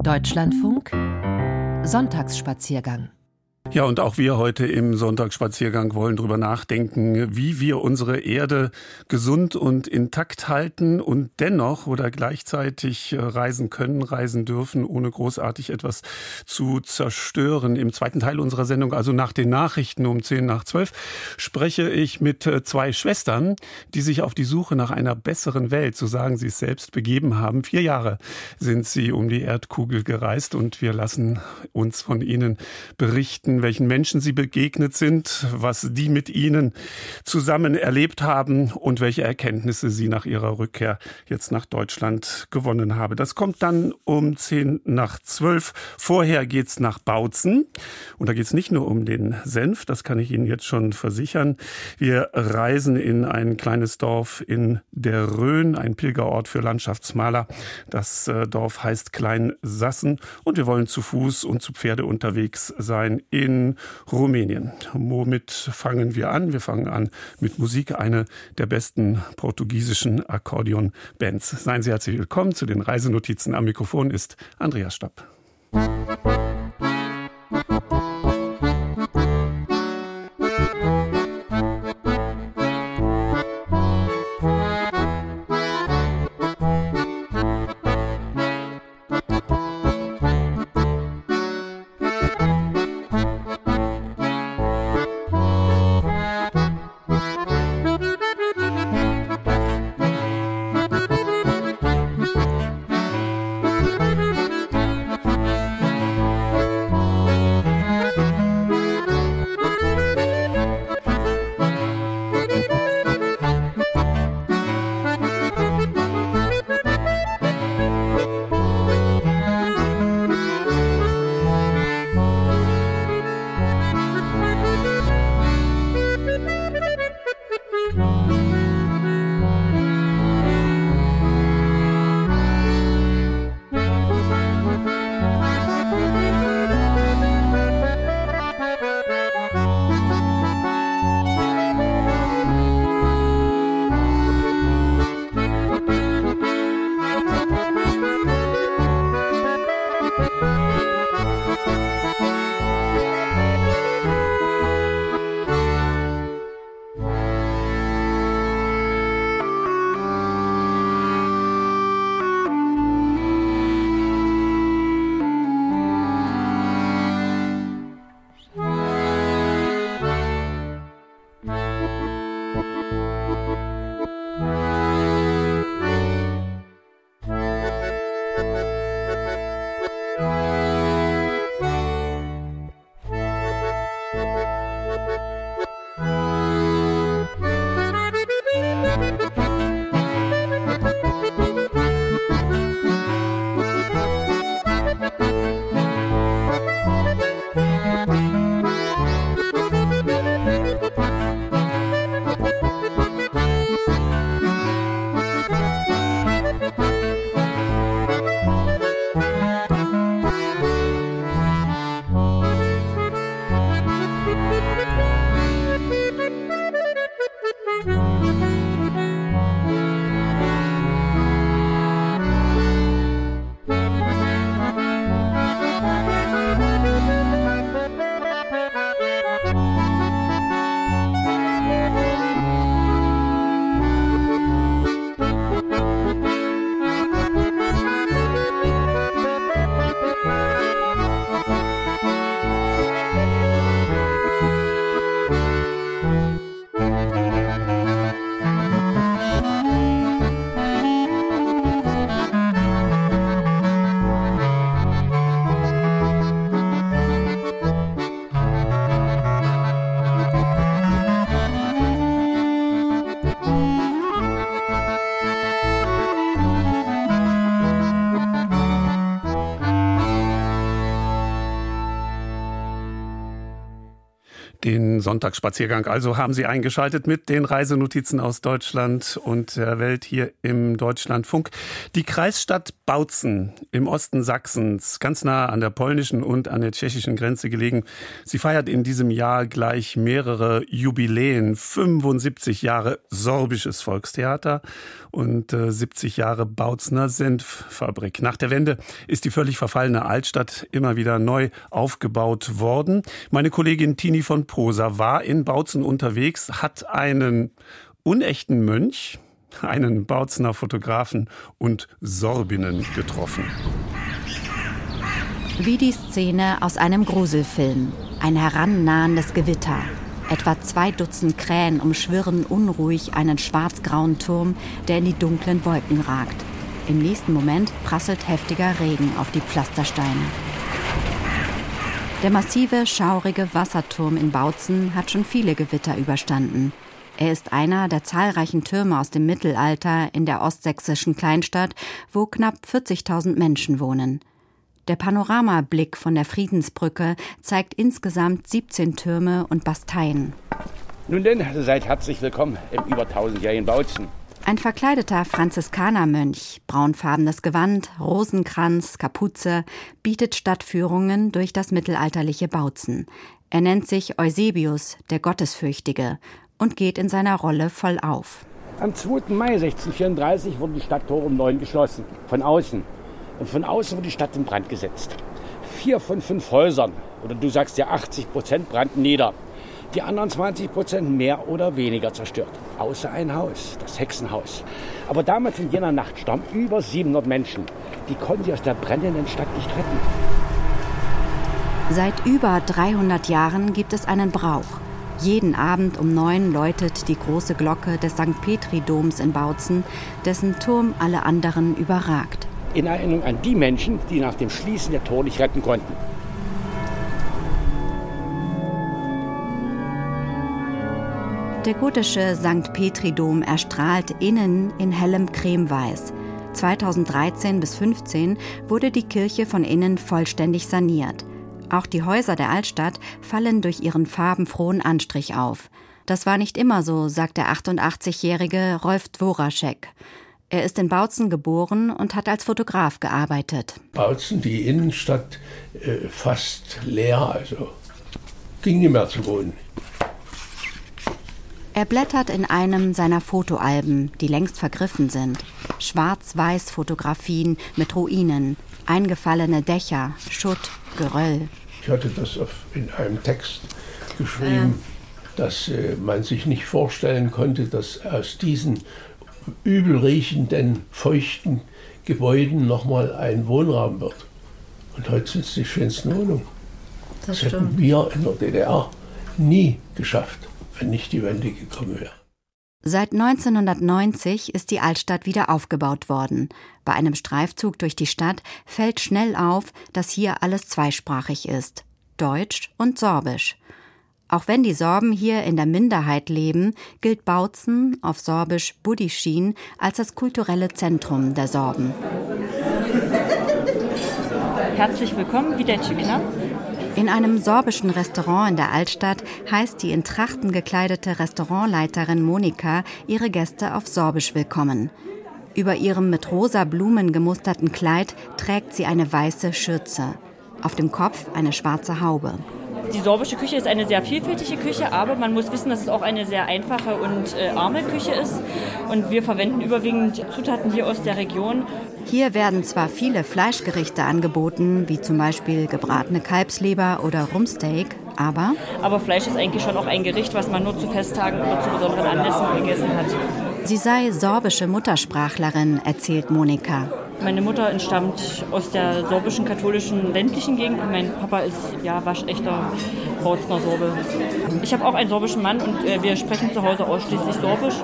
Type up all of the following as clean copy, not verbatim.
Deutschlandfunk Sonntagsspaziergang. Ja, und auch wir heute im Sonntagsspaziergang wollen darüber nachdenken, wie wir unsere Erde gesund und intakt halten und dennoch oder gleichzeitig reisen können, reisen dürfen, ohne großartig etwas zu zerstören. Im zweiten Teil unserer Sendung, also nach den Nachrichten um 10:10, spreche ich mit zwei Schwestern, die sich auf die Suche nach einer besseren Welt, so sagen sie es selbst, begeben haben. 4 Jahre sind sie um die Erdkugel gereist und wir lassen uns von ihnen berichten, welchen Menschen sie begegnet sind, was die mit ihnen zusammen erlebt haben und welche Erkenntnisse sie nach ihrer Rückkehr jetzt nach Deutschland gewonnen haben. Das kommt dann um 10:10. Vorher geht's nach Bautzen und da geht's nicht nur um den Senf, das kann ich Ihnen jetzt schon versichern. Wir reisen in ein kleines Dorf in der Rhön, ein Pilgerort für Landschaftsmaler. Das Dorf heißt Kleinsassen und wir wollen zu Fuß und zu Pferde unterwegs sein in Rumänien. Womit fangen wir an? Wir fangen an mit Musik, eine der besten portugiesischen Akkordeon-Bands. Seien Sie herzlich willkommen zu den Reisenotizen. Am Mikrofon ist Andreas Stapp. Den Sonntagsspaziergang also haben Sie eingeschaltet mit den Reisenotizen aus Deutschland und der Welt hier im Deutschlandfunk. Die Kreisstadt Bautzen im Osten Sachsens, ganz nah an der polnischen und an der tschechischen Grenze gelegen. Sie feiert in diesem Jahr gleich mehrere Jubiläen. 75 Jahre sorbisches Volkstheater und 70 Jahre Bautzener Senffabrik. Nach der Wende ist die völlig verfallene Altstadt immer wieder neu aufgebaut worden. Meine Kollegin Tini von Prosa war in Bautzen unterwegs, hat einen unechten Mönch, einen Bautzener Fotografen und Sorbinnen getroffen. Wie die Szene aus einem Gruselfilm. Ein herannahendes Gewitter. Etwa 2 Dutzend Krähen umschwirren unruhig einen schwarz-grauen Turm, der in die dunklen Wolken ragt. Im nächsten Moment prasselt heftiger Regen auf die Pflastersteine. Der massive, schaurige Wasserturm in Bautzen hat schon viele Gewitter überstanden. Er ist einer der zahlreichen Türme aus dem Mittelalter in der ostsächsischen Kleinstadt, wo knapp 40.000 Menschen wohnen. Der Panoramablick von der Friedensbrücke zeigt insgesamt 17 Türme und Basteien. Nun denn, seid herzlich willkommen im über 1000-jährigen Bautzen. Ein verkleideter Franziskanermönch, braunfarbenes Gewand, Rosenkranz, Kapuze, bietet Stadtführungen durch das mittelalterliche Bautzen. Er nennt sich Eusebius, der Gottesfürchtige, und geht in seiner Rolle voll auf. Am 2. Mai 1634 wurden die Stadttore um 9 geschlossen, von außen. Und von außen wurde die Stadt in Brand gesetzt. 4 von 5 Häusern, oder du sagst ja 80%, brannten nieder. Die anderen 20% mehr oder weniger zerstört. Außer ein Haus, das Hexenhaus. Aber damals in jener Nacht starben über 700 Menschen. Die konnten sie aus der brennenden Stadt nicht retten. Seit über 300 Jahren gibt es einen Brauch. Jeden Abend um 9 läutet die große Glocke des St. Petri-Doms in Bautzen, dessen Turm alle anderen überragt. In Erinnerung an die Menschen, die nach dem Schließen der Tore nicht retten konnten. Der gotische St. Petri-Dom erstrahlt innen in hellem Cremeweiß. 2013 bis 2015 wurde die Kirche von innen vollständig saniert. Auch die Häuser der Altstadt fallen durch ihren farbenfrohen Anstrich auf. Das war nicht immer so, sagt der 88-jährige Rolf Dworaschek. Er ist in Bautzen geboren und hat als Fotograf gearbeitet. Bautzen, die Innenstadt, fast leer, also ging nicht mehr zu wohnen. Er blättert in einem seiner Fotoalben, die längst vergriffen sind. Schwarz-Weiß-Fotografien mit Ruinen, eingefallene Dächer, Schutt, Geröll. Ich hatte das in einem Text geschrieben, dass man sich nicht vorstellen konnte, dass aus diesen übel riechenden, feuchten Gebäuden nochmal ein Wohnraum wird. Und heute sind es die schönsten Wohnungen. Das hätten wir in der DDR nie geschafft, wenn nicht die Wende gekommen wäre. Seit 1990 ist die Altstadt wieder aufgebaut worden. Bei einem Streifzug durch die Stadt fällt schnell auf, dass hier alles zweisprachig ist, Deutsch und Sorbisch. Auch wenn die Sorben hier in der Minderheit leben, gilt Bautzen, auf Sorbisch Budischin, als das kulturelle Zentrum der Sorben. Herzlich willkommen, Videtschikina. In einem sorbischen Restaurant in der Altstadt heißt die in Trachten gekleidete Restaurantleiterin Monika ihre Gäste auf Sorbisch willkommen. Über ihrem mit rosa Blumen gemusterten Kleid trägt sie eine weiße Schürze. Auf dem Kopf eine schwarze Haube. Die sorbische Küche ist eine sehr vielfältige Küche, aber man muss wissen, dass es auch eine sehr einfache und arme Küche ist. Und wir verwenden überwiegend Zutaten hier aus der Region. Hier werden zwar viele Fleischgerichte angeboten, wie zum Beispiel gebratene Kalbsleber oder Rumpsteak, aber Fleisch ist eigentlich schon auch ein Gericht, was man nur zu Festtagen oder zu besonderen Anlässen gegessen hat. Sie sei sorbische Muttersprachlerin, erzählt Monika. Meine Mutter entstammt aus der sorbischen katholischen ländlichen Gegend und mein Papa ist waschechter Bautzener Sorbe. Ich habe auch einen sorbischen Mann und wir sprechen zu Hause ausschließlich Sorbisch.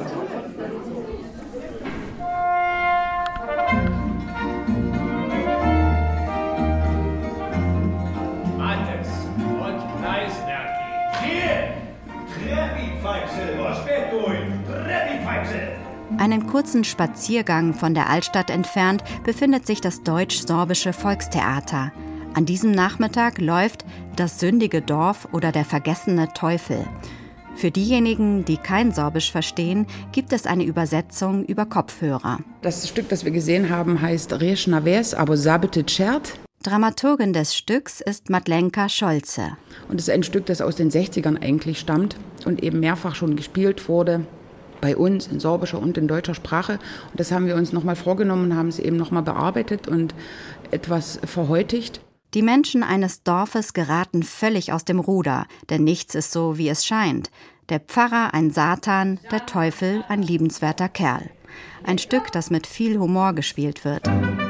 Einen kurzen Spaziergang von der Altstadt entfernt befindet sich das deutsch-sorbische Volkstheater. An diesem Nachmittag läuft Das sündige Dorf oder Der vergessene Teufel. Für diejenigen, die kein Sorbisch verstehen, gibt es eine Übersetzung über Kopfhörer. Das Stück, das wir gesehen haben, heißt Reshna Ves, aber Sabete Tschert. Dramaturgin des Stücks ist Madlenka Scholze. Und es ist ein Stück, das aus den 60ern eigentlich stammt und eben mehrfach schon gespielt wurde. Bei uns in sorbischer und in deutscher Sprache. Und das haben wir uns nochmal vorgenommen und haben es eben nochmal bearbeitet und etwas verheutigt. Die Menschen eines Dorfes geraten völlig aus dem Ruder, denn nichts ist so, wie es scheint. Der Pfarrer ein Satan, der Teufel ein liebenswerter Kerl. Ein Stück, das mit viel Humor gespielt wird.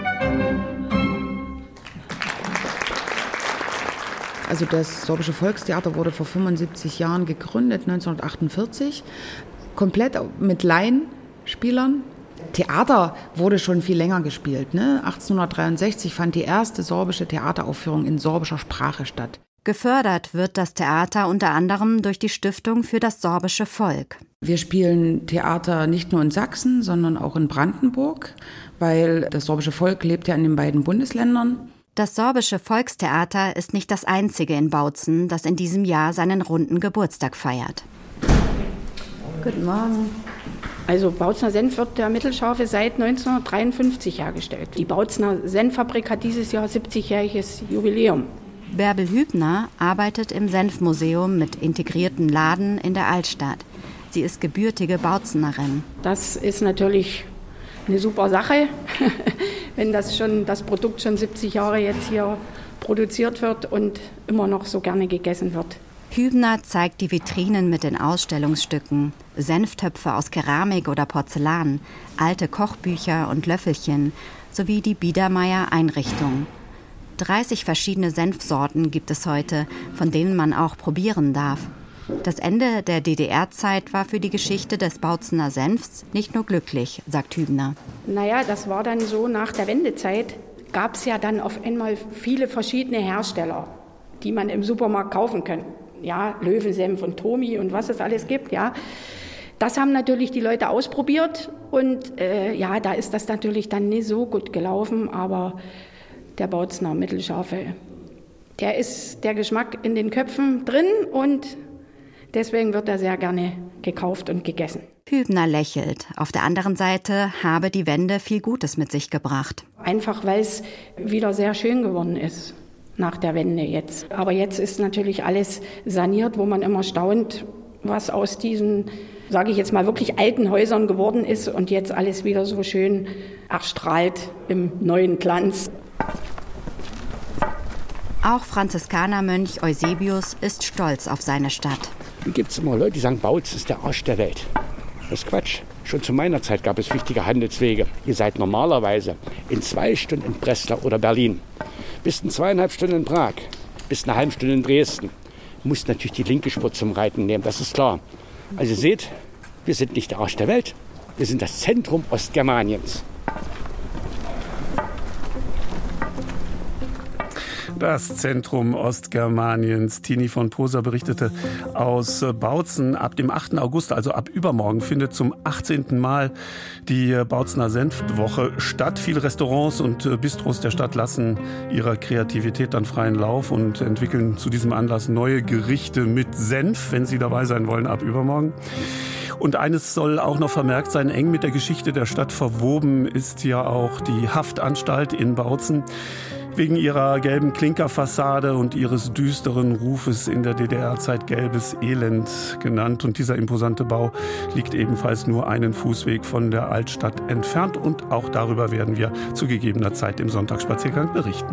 Also das Sorbische Volkstheater wurde vor 75 Jahren gegründet, 1948. Komplett mit Laienspielern. Theater wurde schon viel länger gespielt. Ne? 1863 fand die erste sorbische Theateraufführung in sorbischer Sprache statt. Gefördert wird das Theater unter anderem durch die Stiftung für das sorbische Volk. Wir spielen Theater nicht nur in Sachsen, sondern auch in Brandenburg, weil das sorbische Volk lebt ja in den beiden Bundesländern. Das Sorbische Volkstheater ist nicht das einzige in Bautzen, das in diesem Jahr seinen runden Geburtstag feiert. Guten Morgen. Also Bautzener Senf wird der Mittelscharfe seit 1953 hergestellt. Die Bautzener Senffabrik hat dieses Jahr 70-jähriges Jubiläum. Bärbel Hübner arbeitet im Senfmuseum mit integrierten Laden in der Altstadt. Sie ist gebürtige Bautzenerin. Das ist natürlich eine super Sache, wenn das Produkt schon 70 Jahre jetzt hier produziert wird und immer noch so gerne gegessen wird. Hübner zeigt die Vitrinen mit den Ausstellungsstücken, Senftöpfe aus Keramik oder Porzellan, alte Kochbücher und Löffelchen sowie die Biedermeier-Einrichtung. 30 verschiedene Senfsorten gibt es heute, von denen man auch probieren darf. Das Ende der DDR-Zeit war für die Geschichte des Bautzener Senfs nicht nur glücklich, sagt Hübner. Naja, das war dann so, nach der Wendezeit gab es ja dann auf einmal viele verschiedene Hersteller, die man im Supermarkt kaufen kann. Ja, Löwensenf und Tomi und was es alles gibt, ja. Das haben natürlich die Leute ausprobiert und da ist das natürlich dann nicht so gut gelaufen, aber der Bautzener Mittelscharfe, der Geschmack in den Köpfen drin und deswegen wird er sehr gerne gekauft und gegessen. Hübner lächelt. Auf der anderen Seite habe die Wende viel Gutes mit sich gebracht. Einfach, weil es wieder sehr schön geworden ist. Nach der Wende jetzt. Aber jetzt ist natürlich alles saniert, wo man immer staunt, was aus diesen, sage ich jetzt mal, wirklich alten Häusern geworden ist und jetzt alles wieder so schön erstrahlt im neuen Glanz. Auch Franziskanermönch Eusebius ist stolz auf seine Stadt. Wie gibt es immer Leute, die sagen, Bautz ist der Arsch der Welt. Das ist Quatsch. Schon zu meiner Zeit gab es wichtige Handelswege. Ihr seid normalerweise in 2 Stunden in Breslau oder Berlin. Bist in 2,5 Stunden in Prag, bist eine halbe Stunde in Dresden. Du musst natürlich die linke Spur zum Reiten nehmen, das ist klar. Also ihr seht, wir sind nicht der Arsch der Welt, wir sind das Zentrum Ostgermaniens. Das Zentrum Ostgermaniens. Tini von Poser berichtete aus Bautzen. Ab dem 8. August, also ab übermorgen, findet zum 18. Mal die Bautzener Senfwoche statt. Viele Restaurants und Bistros der Stadt lassen ihrer Kreativität dann freien Lauf und entwickeln zu diesem Anlass neue Gerichte mit Senf, wenn Sie dabei sein wollen, ab übermorgen. Und eines soll auch noch vermerkt sein, eng mit der Geschichte der Stadt verwoben ist ja auch die Haftanstalt in Bautzen. Wegen ihrer gelben Klinkerfassade und ihres düsteren Rufes in der DDR-Zeit Gelbes Elend genannt. Und dieser imposante Bau liegt ebenfalls nur einen Fußweg von der Altstadt entfernt. Und auch darüber werden wir zu gegebener Zeit im Sonntagsspaziergang berichten.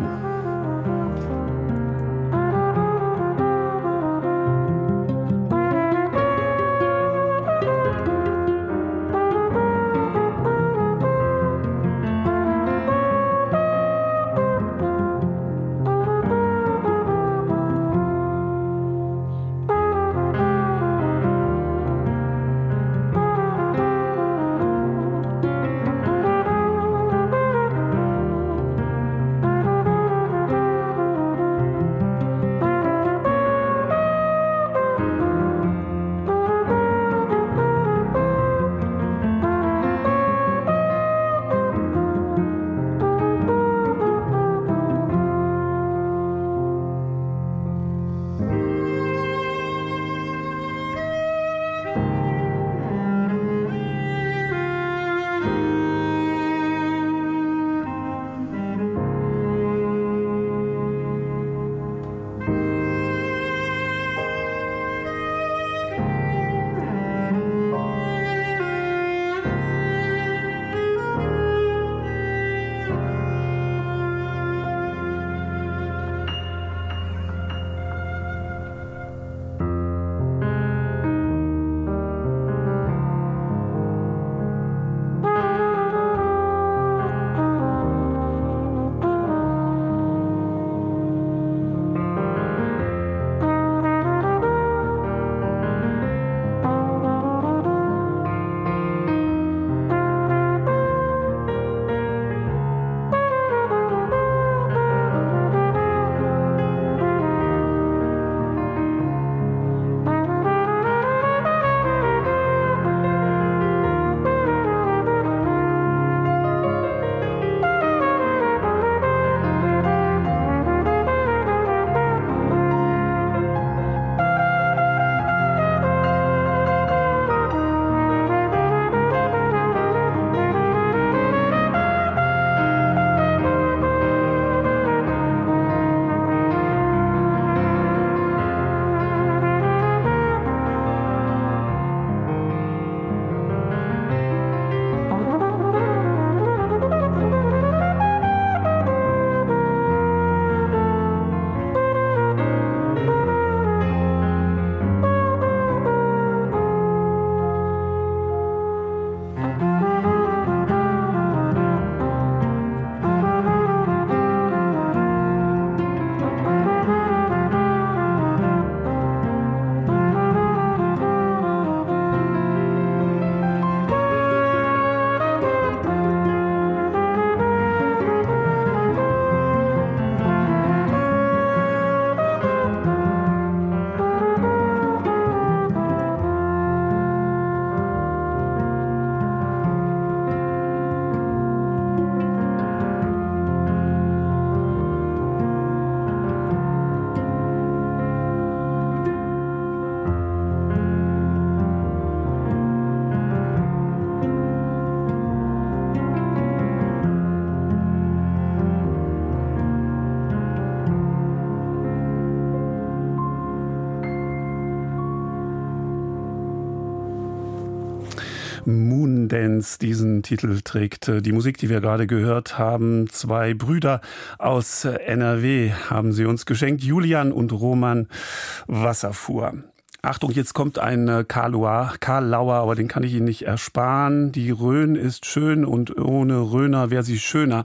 Moondance, diesen Titel trägt die Musik, die wir gerade gehört haben. 2 Brüder aus NRW haben sie uns geschenkt, Julian und Roman Wasserfuhr. Achtung, jetzt kommt ein Karl Lauer, aber den kann ich Ihnen nicht ersparen. Die Rhön ist schön und ohne Rhöner wäre sie schöner.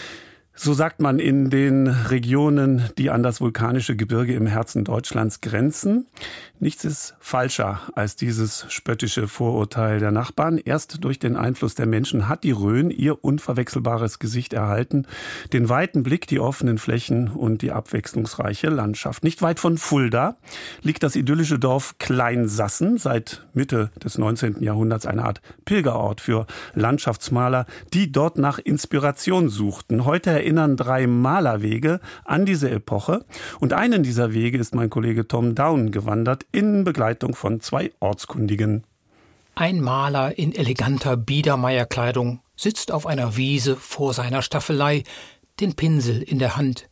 So sagt man in den Regionen, die an das vulkanische Gebirge im Herzen Deutschlands grenzen. Nichts ist falscher als dieses spöttische Vorurteil der Nachbarn. Erst durch den Einfluss der Menschen hat die Rhön ihr unverwechselbares Gesicht erhalten. Den weiten Blick, die offenen Flächen und die abwechslungsreiche Landschaft. Nicht weit von Fulda liegt das idyllische Dorf Kleinsassen, seit Mitte des 19. Jahrhunderts eine Art Pilgerort für Landschaftsmaler, die dort nach Inspiration suchten. Heute erinnern 3 Malerwege an diese Epoche. Und einen dieser Wege ist mein Kollege Tom Down gewandert, in Begleitung von 2 Ortskundigen. Ein Maler in eleganter Biedermeierkleidung sitzt auf einer Wiese vor seiner Staffelei, den Pinsel in der Hand.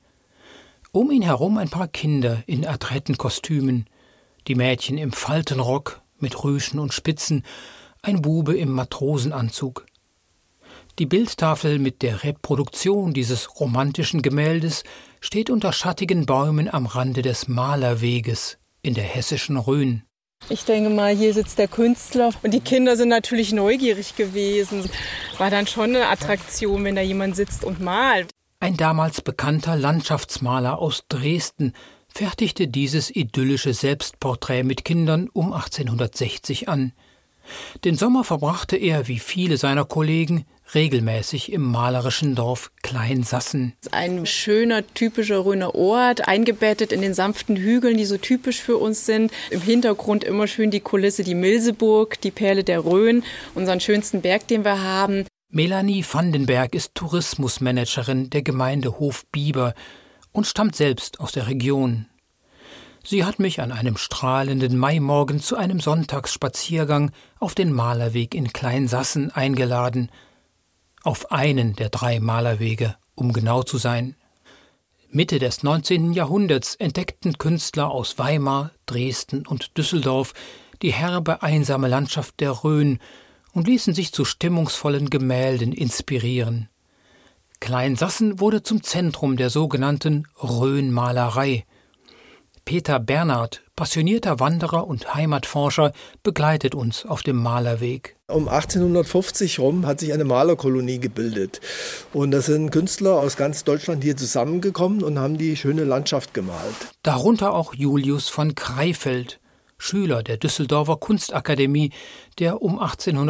Um ihn herum ein paar Kinder in adretten Kostümen, die Mädchen im Faltenrock mit Rüschen und Spitzen, ein Bube im Matrosenanzug. Die Bildtafel mit der Reproduktion dieses romantischen Gemäldes steht unter schattigen Bäumen am Rande des Malerweges in der hessischen Rhön. Ich denke mal, hier sitzt der Künstler und die Kinder sind natürlich neugierig gewesen. War dann schon eine Attraktion, wenn da jemand sitzt und malt. Ein damals bekannter Landschaftsmaler aus Dresden fertigte dieses idyllische Selbstporträt mit Kindern um 1860 an. Den Sommer verbrachte er, wie viele seiner Kollegen, regelmäßig im malerischen Dorf Kleinsassen. Ein schöner, typischer Rhöner Ort, eingebettet in den sanften Hügeln, die so typisch für uns sind. Im Hintergrund immer schön die Kulisse, die Milseburg, die Perle der Rhön, unseren schönsten Berg, den wir haben. Melanie Vandenberg ist Tourismusmanagerin der Gemeinde Hofbieber und stammt selbst aus der Region. Sie hat mich an einem strahlenden Maimorgen zu einem Sonntagsspaziergang auf den Malerweg in Kleinsassen eingeladen. Auf einen der 3 Malerwege, um genau zu sein. Mitte des 19. Jahrhunderts entdeckten Künstler aus Weimar, Dresden und Düsseldorf die herbe, einsame Landschaft der Rhön und ließen sich zu stimmungsvollen Gemälden inspirieren. Kleinsassen wurde zum Zentrum der sogenannten Rhönmalerei. Peter Bernhard, passionierter Wanderer und Heimatforscher, begleitet uns auf dem Malerweg. Um 1850 rum hat sich eine Malerkolonie gebildet. Und da sind Künstler aus ganz Deutschland hier zusammengekommen und haben die schöne Landschaft gemalt. Darunter auch Julius von Kreifeld, Schüler der Düsseldorfer Kunstakademie, der um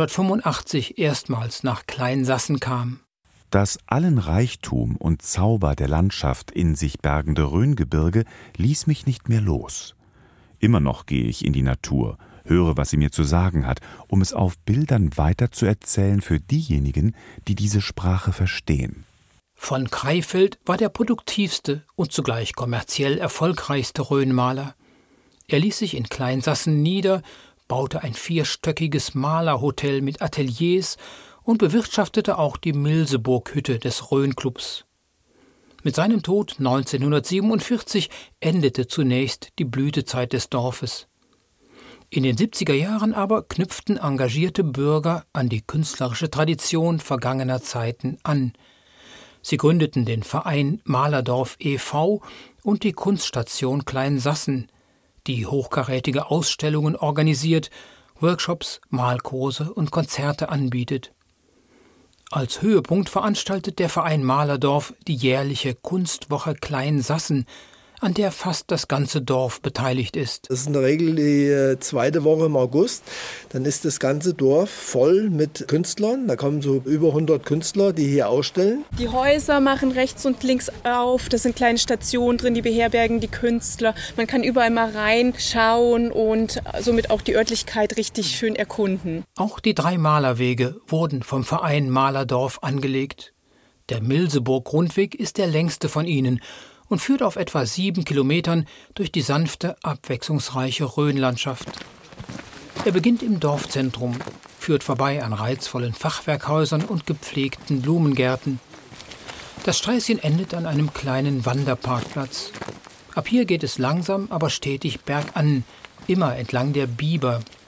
1885 erstmals nach Kleinsassen kam. Das allen Reichtum und Zauber der Landschaft in sich bergende Rhöngebirge ließ mich nicht mehr los. Immer noch gehe ich in die Natur, höre, was sie mir zu sagen hat, um es auf Bildern weiterzuerzählen für diejenigen, die diese Sprache verstehen. Von Kreifeld war der produktivste und zugleich kommerziell erfolgreichste Rhönmaler. Er ließ sich in Kleinsassen nieder, baute ein 4-stöckiges Malerhotel mit Ateliers und bewirtschaftete auch die Milseburg-Hütte des Rhönclubs. Mit seinem Tod 1947 endete zunächst die Blütezeit des Dorfes. In den 70er Jahren aber knüpften engagierte Bürger an die künstlerische Tradition vergangener Zeiten an. Sie gründeten den Verein Malerdorf e.V. und die Kunststation Kleinsassen, die hochkarätige Ausstellungen organisiert, Workshops, Malkurse und Konzerte anbietet. Als Höhepunkt veranstaltet der Verein Malerdorf die jährliche Kunstwoche Kleinsassen, an der fast das ganze Dorf beteiligt ist. Das ist in der Regel die 2. Woche im August. Dann ist das ganze Dorf voll mit Künstlern. Da kommen so über 100 Künstler, die hier ausstellen. Die Häuser machen rechts und links auf. Da sind kleine Stationen drin, die beherbergen die Künstler. Man kann überall mal reinschauen und somit auch die Örtlichkeit richtig schön erkunden. Auch die 3 Malerwege wurden vom Verein Malerdorf angelegt. Der Milseburg-Rundweg ist der längste von ihnen und führt auf etwa 7 Kilometern durch die sanfte, abwechslungsreiche Rhönlandschaft. Er beginnt im Dorfzentrum, führt vorbei an reizvollen Fachwerkhäusern und gepflegten Blumengärten. Das Sträßchen endet an einem kleinen Wanderparkplatz. Ab hier geht es langsam, aber stetig bergan, immer entlang der Bieber,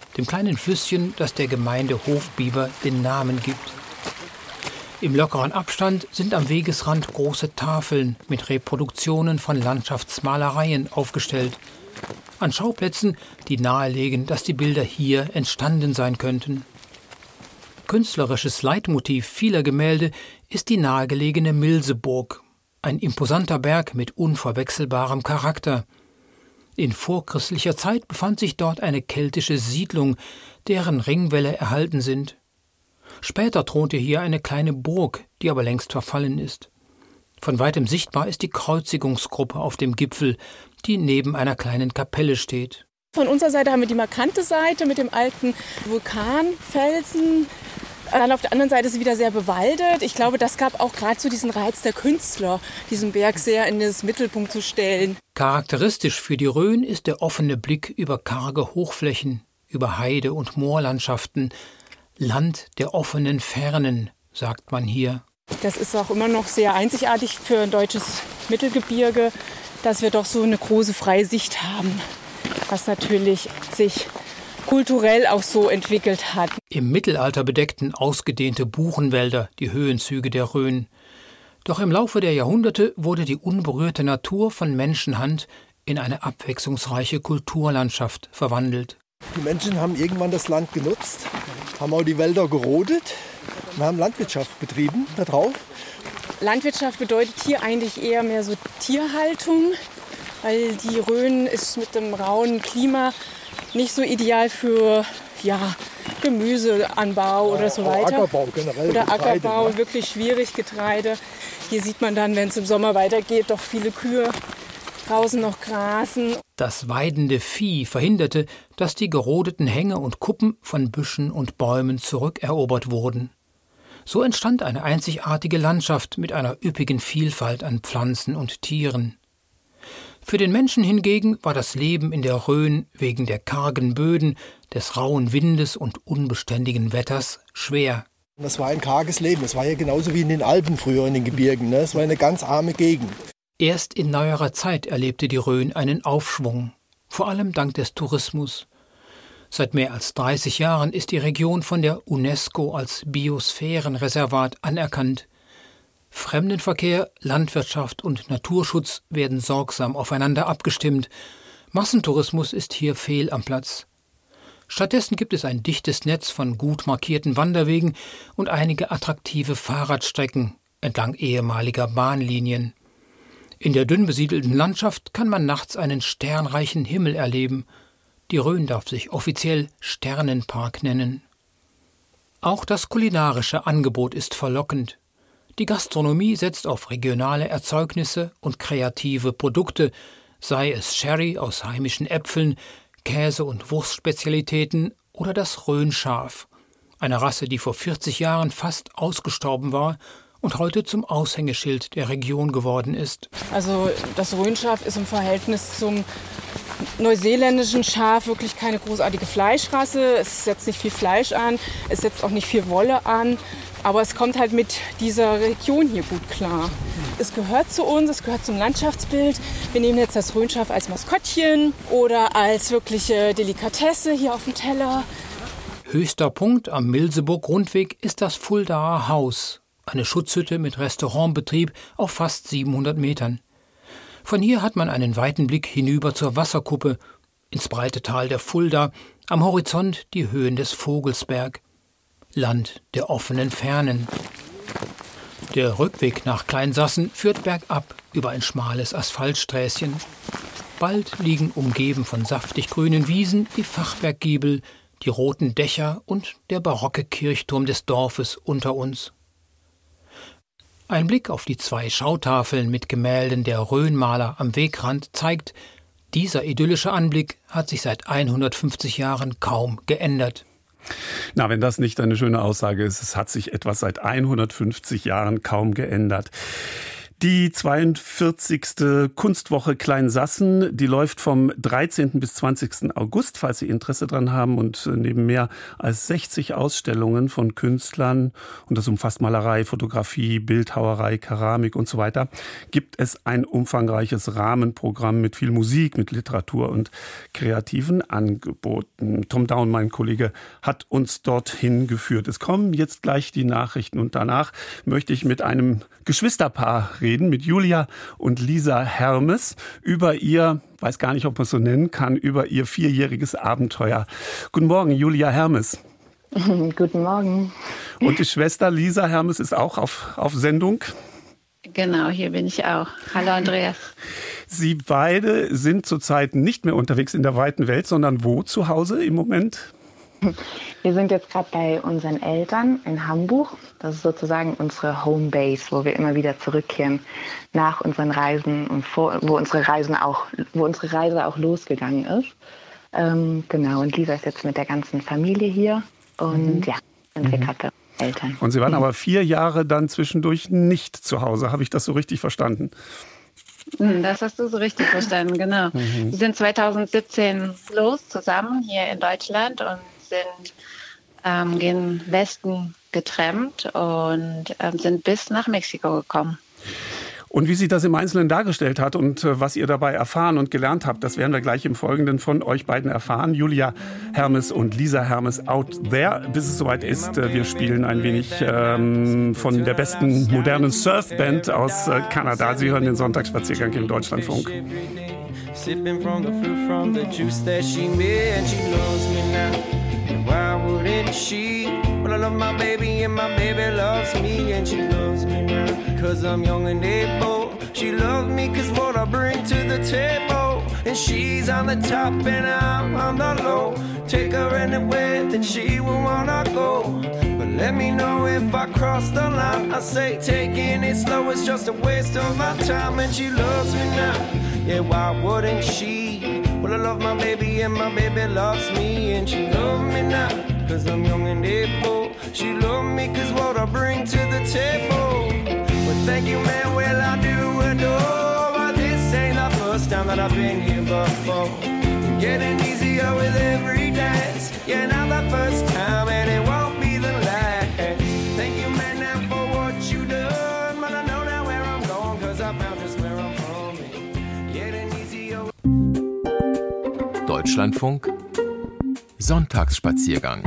dem kleinen Flüsschen, das der Gemeinde Hofbieber den Namen gibt. Im lockeren Abstand sind am Wegesrand große Tafeln mit Reproduktionen von Landschaftsmalereien aufgestellt. An Schauplätzen, die nahelegen, dass die Bilder hier entstanden sein könnten. Künstlerisches Leitmotiv vieler Gemälde ist die nahegelegene Milseburg, ein imposanter Berg mit unverwechselbarem Charakter. In vorchristlicher Zeit befand sich dort eine keltische Siedlung, deren Ringwälle erhalten sind. Später thronte hier eine kleine Burg, die aber längst verfallen ist. Von weitem sichtbar ist die Kreuzigungsgruppe auf dem Gipfel, die neben einer kleinen Kapelle steht. Von unserer Seite haben wir die markante Seite mit dem alten Vulkanfelsen. Dann auf der anderen Seite ist es wieder sehr bewaldet. Ich glaube, das gab auch gerade so diesen Reiz der Künstler, diesen Berg sehr in den Mittelpunkt zu stellen. Charakteristisch für die Rhön ist der offene Blick über karge Hochflächen, über Heide- und Moorlandschaften. Land der offenen Fernen, sagt man hier. Das ist auch immer noch sehr einzigartig für ein deutsches Mittelgebirge, dass wir doch so eine große Freisicht haben, was natürlich sich kulturell auch so entwickelt hat. Im Mittelalter bedeckten ausgedehnte Buchenwälder die Höhenzüge der Rhön. Doch im Laufe der Jahrhunderte wurde die unberührte Natur von Menschenhand in eine abwechslungsreiche Kulturlandschaft verwandelt. Die Menschen haben irgendwann das Land genutzt, haben auch die Wälder gerodet und haben Landwirtschaft betrieben da drauf. Landwirtschaft bedeutet hier eigentlich eher mehr so Tierhaltung, weil die Rhön ist mit dem rauen Klima nicht so ideal für Gemüseanbau oder so weiter. Ackerbau generell. Oder Getreide, Ackerbau, wirklich schwierig, Getreide. Hier sieht man dann, wenn es im Sommer weitergeht, doch viele Kühe draußen noch grasen. Das weidende Vieh verhinderte, dass die gerodeten Hänge und Kuppen von Büschen und Bäumen zurückerobert wurden. So entstand eine einzigartige Landschaft mit einer üppigen Vielfalt an Pflanzen und Tieren. Für den Menschen hingegen war das Leben in der Rhön wegen der kargen Böden, des rauen Windes und unbeständigen Wetters schwer. Das war ein karges Leben. Das war ja genauso wie in den Alpen früher in den Gebirgen. Es war eine ganz arme Gegend. Erst in neuerer Zeit erlebte die Rhön einen Aufschwung, vor allem dank des Tourismus. Seit mehr als 30 Jahren ist die Region von der UNESCO als Biosphärenreservat anerkannt. Fremdenverkehr, Landwirtschaft und Naturschutz werden sorgsam aufeinander abgestimmt. Massentourismus ist hier fehl am Platz. Stattdessen gibt es ein dichtes Netz von gut markierten Wanderwegen und einige attraktive Fahrradstrecken entlang ehemaliger Bahnlinien. In der dünn besiedelten Landschaft kann man nachts einen sternreichen Himmel erleben. Die Rhön darf sich offiziell Sternenpark nennen. Auch das kulinarische Angebot ist verlockend. Die Gastronomie setzt auf regionale Erzeugnisse und kreative Produkte, sei es Sherry aus heimischen Äpfeln, Käse- und Wurstspezialitäten oder das Rhönschaf, eine Rasse, die vor 40 Jahren fast ausgestorben war und heute zum Aushängeschild der Region geworden ist. Also das Rhönschaf ist im Verhältnis zum neuseeländischen Schaf wirklich keine großartige Fleischrasse. Es setzt nicht viel Fleisch an, es setzt auch nicht viel Wolle an, aber es kommt halt mit dieser Region hier gut klar. Es gehört zu uns, es gehört zum Landschaftsbild. Wir nehmen jetzt das Rhönschaf als Maskottchen oder als wirkliche Delikatesse hier auf dem Teller. Höchster Punkt am Milseburg-Rundweg ist das Fuldaer Haus, eine Schutzhütte mit Restaurantbetrieb auf fast 700 Metern. Von hier hat man einen weiten Blick hinüber zur Wasserkuppe, ins breite Tal der Fulda, am Horizont die Höhen des Vogelsberg. Land der offenen Fernen. Der Rückweg nach Kleinsassen führt bergab über ein schmales Asphaltsträßchen. Bald liegen umgeben von saftig grünen Wiesen die Fachwerkgiebel, die roten Dächer und der barocke Kirchturm des Dorfes unter uns. Ein Blick auf die 2 Schautafeln mit Gemälden der Rhönmaler am Wegrand zeigt, dieser idyllische Anblick hat sich seit 150 Jahren kaum geändert. Na, wenn das nicht eine schöne Aussage ist, es hat sich etwas seit 150 Jahren kaum geändert. Die 42. Kunstwoche Kleinsassen, die läuft vom 13. bis 20. August, falls Sie Interesse dran haben. Und neben mehr als 60 Ausstellungen von Künstlern, und das umfasst Malerei, Fotografie, Bildhauerei, Keramik und so weiter, gibt es ein umfangreiches Rahmenprogramm mit viel Musik, mit Literatur und kreativen Angeboten. Tom Daun, mein Kollege, hat uns dorthin geführt. Es kommen jetzt gleich die Nachrichten und danach möchte ich mit einem Geschwisterpaar reden, mit Julia und Lisa Hermes, über ihr, weiß gar nicht, ob man es so nennen kann, über ihr 4-jähriges Abenteuer. Guten Morgen, Julia Hermes. Guten Morgen. Und die Schwester Lisa Hermes ist auch auf Sendung. Genau, hier bin ich auch. Hallo Andreas. Sie beide sind zurzeit nicht mehr unterwegs in der weiten Welt, sondern wo zu Hause im Moment? Wir sind jetzt gerade bei unseren Eltern in Hamburg. Das ist sozusagen unsere Homebase, wo wir immer wieder zurückkehren nach unseren Reisen und wo unsere Reise auch losgegangen ist. Genau, und Lisa ist jetzt mit der ganzen Familie hier und ja, sind wir gerade bei unseren Eltern. Und Sie waren aber 4 Jahre dann zwischendurch nicht zu Hause. Habe ich das so richtig verstanden? Das hast du so richtig verstanden, genau. Wir sind 2017 los zusammen hier in Deutschland und sind gen Westen getrennt und sind bis nach Mexiko gekommen. Und wie sich das im Einzelnen dargestellt hat und was ihr dabei erfahren und gelernt habt, das werden wir gleich im Folgenden von euch beiden erfahren. Julia Hermes und Lisa Hermes out there. Bis es soweit ist, wir spielen ein wenig von der besten modernen Surfband aus Kanada. Sie hören den Sonntagsspaziergang im Deutschlandfunk. Sipping from the fruit from the juice that she made, and she loves me now. And why wouldn't she? Well, I love my baby and my baby loves me, and she loves me now. Cause I'm young and able. She loves me cause what I bring to the table. And she's on the top and I'm on the low. Take her anywhere that she will wanna go. But let me know if I cross the line. I say taking it slow is just a waste of my time. And she loves me now. Yeah, why wouldn't she? Well, I love my baby and my baby loves me. And she loves me now, cause I'm young and able. She loves me cause what I bring to the table. Well, thank you, man, well, I do adore. But this ain't the first time that I've been here before. Getting easier with every dance. Yeah, not the first time and it won't be the last. Thank you, man, now for what you done. But I know now where I'm going, cause I found just where I'm from. Deutschlandfunk Sonntagsspaziergang.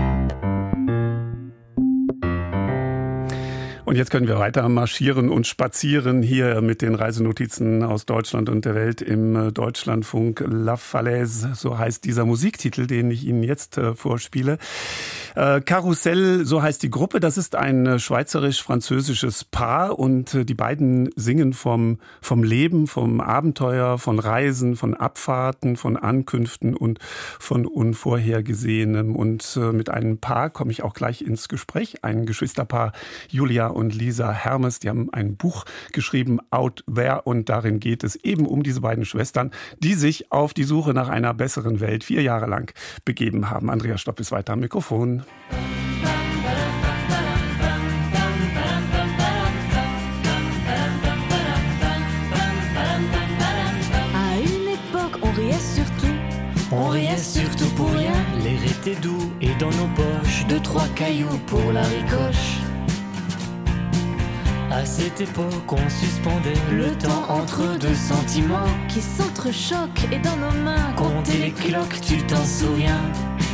Und jetzt können wir weiter marschieren und spazieren hier mit den Reisenotizen aus Deutschland und der Welt im Deutschlandfunk. La Falaise, so heißt dieser Musiktitel, den ich Ihnen jetzt vorspiele. Karussell, so heißt die Gruppe. Das ist ein schweizerisch-französisches Paar und die beiden singen vom Leben, vom Abenteuer, von Reisen, von Abfahrten, von Ankünften und von Unvorhergesehenem. Und mit einem Paar komme ich auch gleich ins Gespräch. Ein Geschwisterpaar, Julia und Lisa Hermes, die haben ein Buch geschrieben, Out There, und darin geht es eben um diese beiden Schwestern, die sich auf die Suche nach einer besseren Welt 4 Jahre lang begeben haben. Andreas Stopp ist weiter am Mikrofon. On riait surtout pour rien, l'air était doux et dans nos poches 2-3 cailloux pour la ricoche. À cette époque on suspendait le temps entre 2 sentiments qui s'entrechoquent et dans nos mains compter les cloques, tu t'en souviens?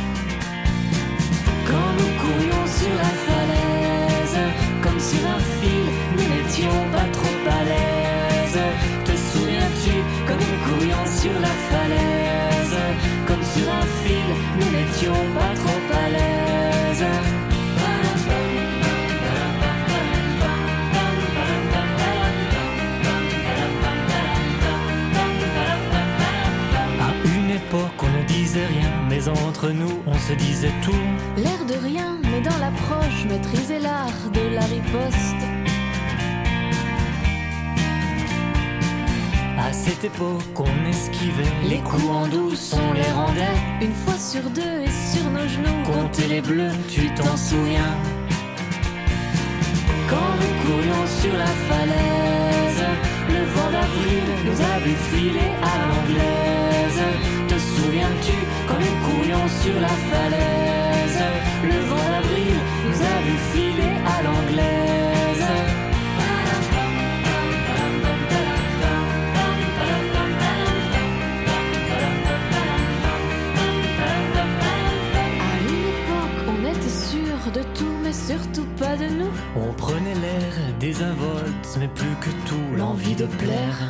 Quand nous courions sur la falaise, comme sur un fil, nous n'étions pas trop à l'aise. Te souviens-tu, quand nous courions sur la falaise, comme sur un fil, nous n'étions pas trop à l'aise. À une époque, on ne disait rien, mais entre nous, on se disait tout. L'air de rien, mais dans l'approche, maîtriser l'art de la riposte. À cette époque, on esquivait les coups en douce, on les rendait 1 fois sur 2 et sur nos genoux. Compter les bleus, tu t'en souviens? Quand nous courions sur la falaise, Le vent d'avril nous a vu filer à l'anglaise. Te souviens-tu quand nous courions sur la falaise? Le vent d'avril nous a vu filer à l'anglaise. À une époque, on était sûr de tout, mais surtout pas de nous. On prenait l'air désinvolte, mais plus que tout, l'envie de plaire.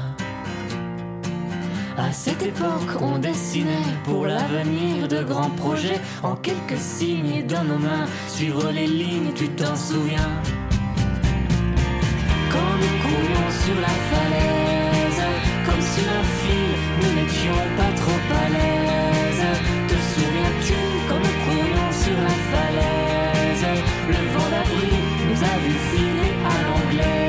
À cette époque, on dessinait pour l'avenir de grands projets. En quelques signes dans nos mains, suivre les lignes, tu t'en souviens? Quand nous courions sur la falaise, comme sur un fil, nous n'étions pas trop à l'aise. Te souviens-tu quand nous courions sur la falaise? Le vent d'avril nous a vu filer à l'anglaise.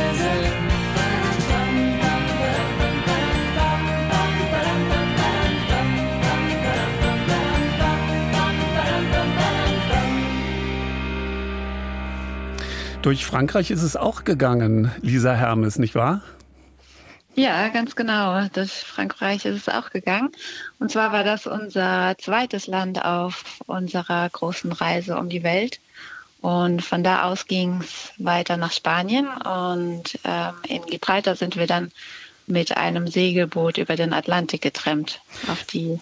Durch Frankreich ist es auch gegangen, Lisa Hermes, nicht wahr? Ja, ganz genau. Durch Frankreich ist es auch gegangen. Und zwar war das unser zweites Land auf unserer großen Reise um die Welt. Und von da aus ging es weiter nach Spanien. Und in Gibraltar sind wir dann mit einem Segelboot über den Atlantik getrennt auf die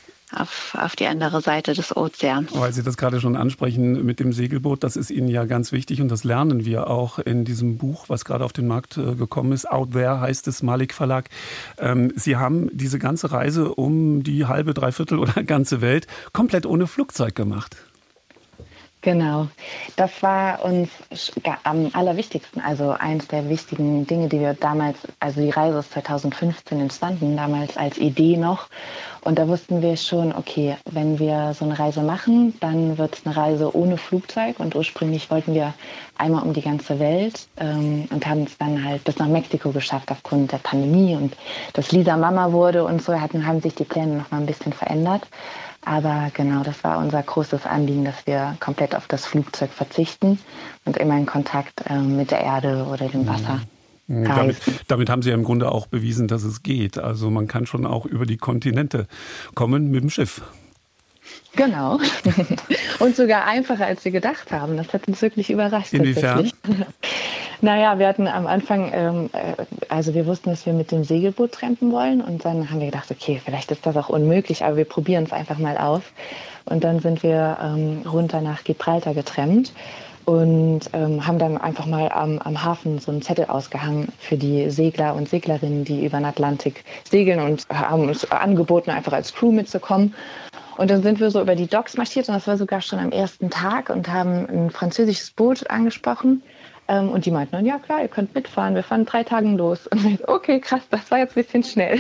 andere Seite des Ozeans. Weil Sie das gerade schon ansprechen mit dem Segelboot, das ist Ihnen ja ganz wichtig und das lernen wir auch in diesem Buch, was gerade auf den Markt gekommen ist. Out There heißt es, Malik Verlag. Sie haben diese ganze Reise um die halbe, dreiviertel oder ganze Welt komplett ohne Flugzeug gemacht. Genau, das war uns am allerwichtigsten, also eins der wichtigen Dinge, die wir damals, also die Reise ist 2015 entstanden, damals als Idee noch. Und da wussten wir schon, okay, wenn wir so eine Reise machen, dann wird es eine Reise ohne Flugzeug. Und ursprünglich wollten wir einmal um die ganze Welt und haben es dann halt bis nach Mexiko geschafft aufgrund der Pandemie. Und dass Lisa Mama wurde und so, haben sich die Pläne noch mal ein bisschen verändert. Aber genau, das war unser großes Anliegen, dass wir komplett auf das Flugzeug verzichten und immer in Kontakt mit der Erde oder dem Wasser. Damit haben Sie ja im Grunde auch bewiesen, dass es geht. Also man kann schon auch über die Kontinente kommen mit dem Schiff. Genau. Und sogar einfacher, als wir gedacht haben. Das hat uns wirklich überrascht. Inwiefern? Naja, wir hatten am Anfang, also wir wussten, dass wir mit dem Segelboot trampen wollen. Und dann haben wir gedacht, okay, vielleicht ist das auch unmöglich, aber wir probieren es einfach mal aus. Und dann sind wir runter nach Gibraltar getrampt. Und haben dann einfach mal am Hafen so einen Zettel ausgehangen für die Segler und Seglerinnen, die über den Atlantik segeln und haben uns angeboten, einfach als Crew mitzukommen. Und dann sind wir so über die Docks marschiert und das war sogar schon am ersten Tag und haben ein französisches Boot angesprochen. Und die meinten dann, ja klar, ihr könnt mitfahren, wir fahren 3 Tagen los. Und ich so, okay, krass, das war jetzt ein bisschen schnell.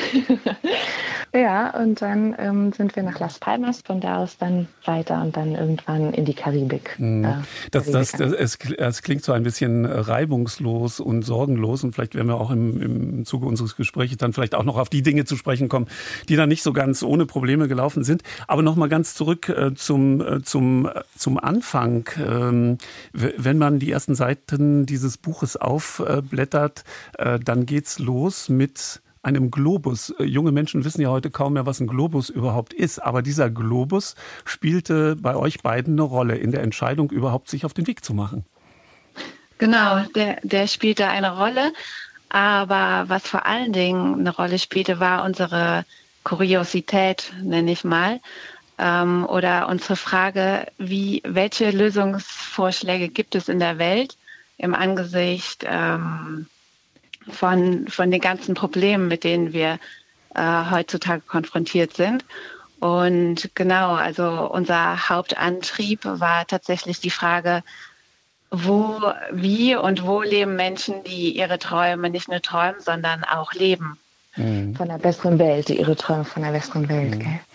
Ja, und dann sind wir nach Las Palmas, von da aus dann weiter und dann irgendwann in die Karibik. Es klingt so ein bisschen reibungslos und sorgenlos und vielleicht werden wir auch im Zuge unseres Gesprächs dann vielleicht auch noch auf die Dinge zu sprechen kommen, die dann nicht so ganz ohne Probleme gelaufen sind. Aber noch mal ganz zurück zum Anfang. Wenn man die ersten Seiten dieses Buches aufblättert, dann geht's los mit einem Globus. Junge Menschen wissen ja heute kaum mehr, was ein Globus überhaupt ist. Aber dieser Globus spielte bei euch beiden eine Rolle in der Entscheidung, überhaupt sich auf den Weg zu machen. Genau, der spielte eine Rolle. Aber was vor allen Dingen eine Rolle spielte, war unsere Kuriosität, nenne ich mal. Oder unsere Frage, welche Lösungsvorschläge gibt es in der Welt im Angesicht von den ganzen Problemen, mit denen wir heutzutage konfrontiert sind. Und genau, also unser Hauptantrieb war tatsächlich die Frage, wie und wo leben Menschen, die ihre Träume nicht nur träumen, sondern auch leben. Von einer besseren Welt, ihre Träume von einer besseren Welt. Gell?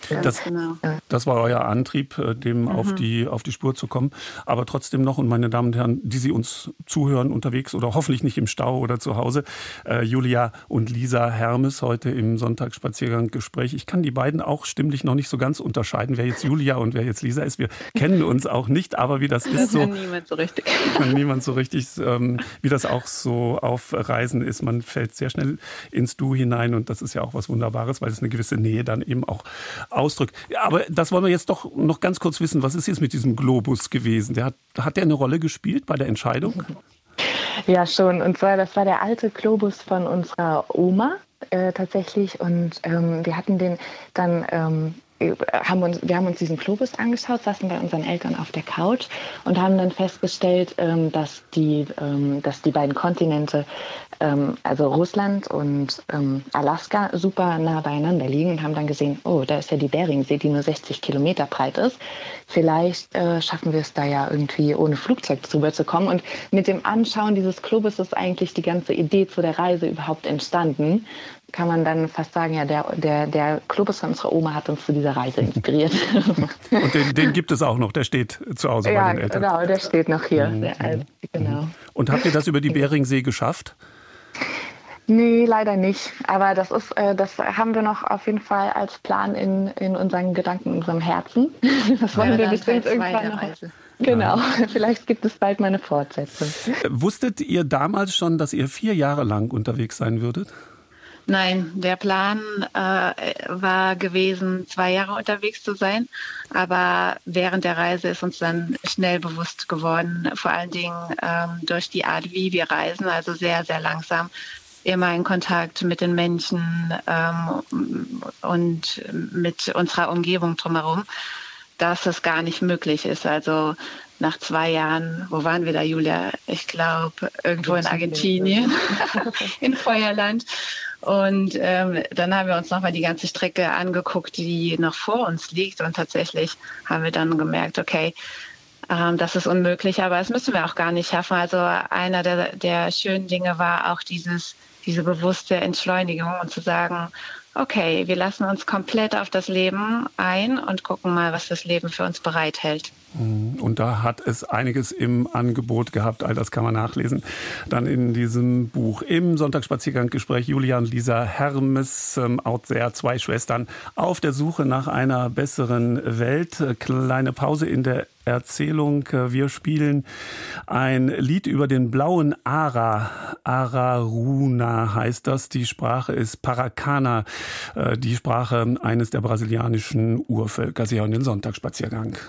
Das war euer Antrieb, dem auf die Spur zu kommen. Aber trotzdem noch, und meine Damen und Herren, die Sie uns zuhören unterwegs oder hoffentlich nicht im Stau oder zu Hause, Julia und Lisa Hermes heute im Sonntagsspaziergang-Gespräch. Ich kann die beiden auch stimmlich noch nicht so ganz unterscheiden, wer jetzt Julia und wer jetzt Lisa ist. Wir kennen uns auch nicht, aber wie das ist Das so... kann niemand so richtig. Kann niemand so richtig, wie das auch so auf Reisen ist. Man fällt sehr schnell ins Du hinein und das ist ja auch was Wunderbares, weil es eine gewisse Nähe dann eben auch ausdrückt. Ja, aber das wollen wir jetzt doch noch ganz kurz wissen. Was ist jetzt mit diesem Globus gewesen? Hat der eine Rolle gespielt bei der Entscheidung? Ja, schon. Und zwar, das war der alte Globus von unserer Oma tatsächlich. Und wir hatten den dann... Wir haben uns diesen Globus angeschaut, saßen bei unseren Eltern auf der Couch und haben dann festgestellt, dass die beiden Kontinente, also Russland und Alaska, super nah beieinander liegen und haben dann gesehen, oh, da ist ja die Beringsee, die nur 60 Kilometer breit ist. Vielleicht schaffen wir es da ja irgendwie ohne Flugzeug drüber zu kommen. Und mit dem Anschauen dieses Globus ist eigentlich die ganze Idee zu der Reise überhaupt entstanden. Kann man dann fast sagen, ja, der Globus von unserer Oma hat uns zu dieser Reise inspiriert. Und den gibt es auch noch, der steht zu Hause bei den Eltern. Ja, genau, der steht noch hier. Genau. Und habt ihr das über die Beringsee geschafft? Nee, leider nicht. Aber das haben wir noch auf jeden Fall als Plan in unseren Gedanken, in unserem Herzen. Das wollen wir bestimmt irgendwann noch. Genau, vielleicht gibt es bald mal eine Fortsetzung. Wusstet ihr damals schon, dass ihr 4 Jahre lang unterwegs sein würdet? Nein, der Plan war gewesen, 2 Jahre unterwegs zu sein. Aber während der Reise ist uns dann schnell bewusst geworden, vor allen Dingen durch die Art, wie wir reisen, also sehr, sehr langsam, immer in Kontakt mit den Menschen und mit unserer Umgebung drumherum, dass es gar nicht möglich ist. Also nach 2 Jahren, wo waren wir da, Julia? Ich glaube, irgendwo in Argentinien, in Feuerland. Und dann haben wir uns nochmal die ganze Strecke angeguckt, die noch vor uns liegt. Und tatsächlich haben wir dann gemerkt, okay, das ist unmöglich, aber das müssen wir auch gar nicht schaffen. Also einer der schönen Dinge war auch diese bewusste Entschleunigung und zu sagen, okay, wir lassen uns komplett auf das Leben ein und gucken mal, was das Leben für uns bereithält. Und da hat es einiges im Angebot gehabt. All das kann man nachlesen dann in diesem Buch. Im Sonntagsspaziergang-Gespräch Julia und Lisa Hermes, auch sehr 2 Schwestern, auf der Suche nach einer besseren Welt. Kleine Pause in der Erzählung. Wir spielen ein Lied über den blauen Ara. Araruna heißt das. Die Sprache ist Paracana, die Sprache eines der brasilianischen Urvölker. Sie hören den Sonntagsspaziergang.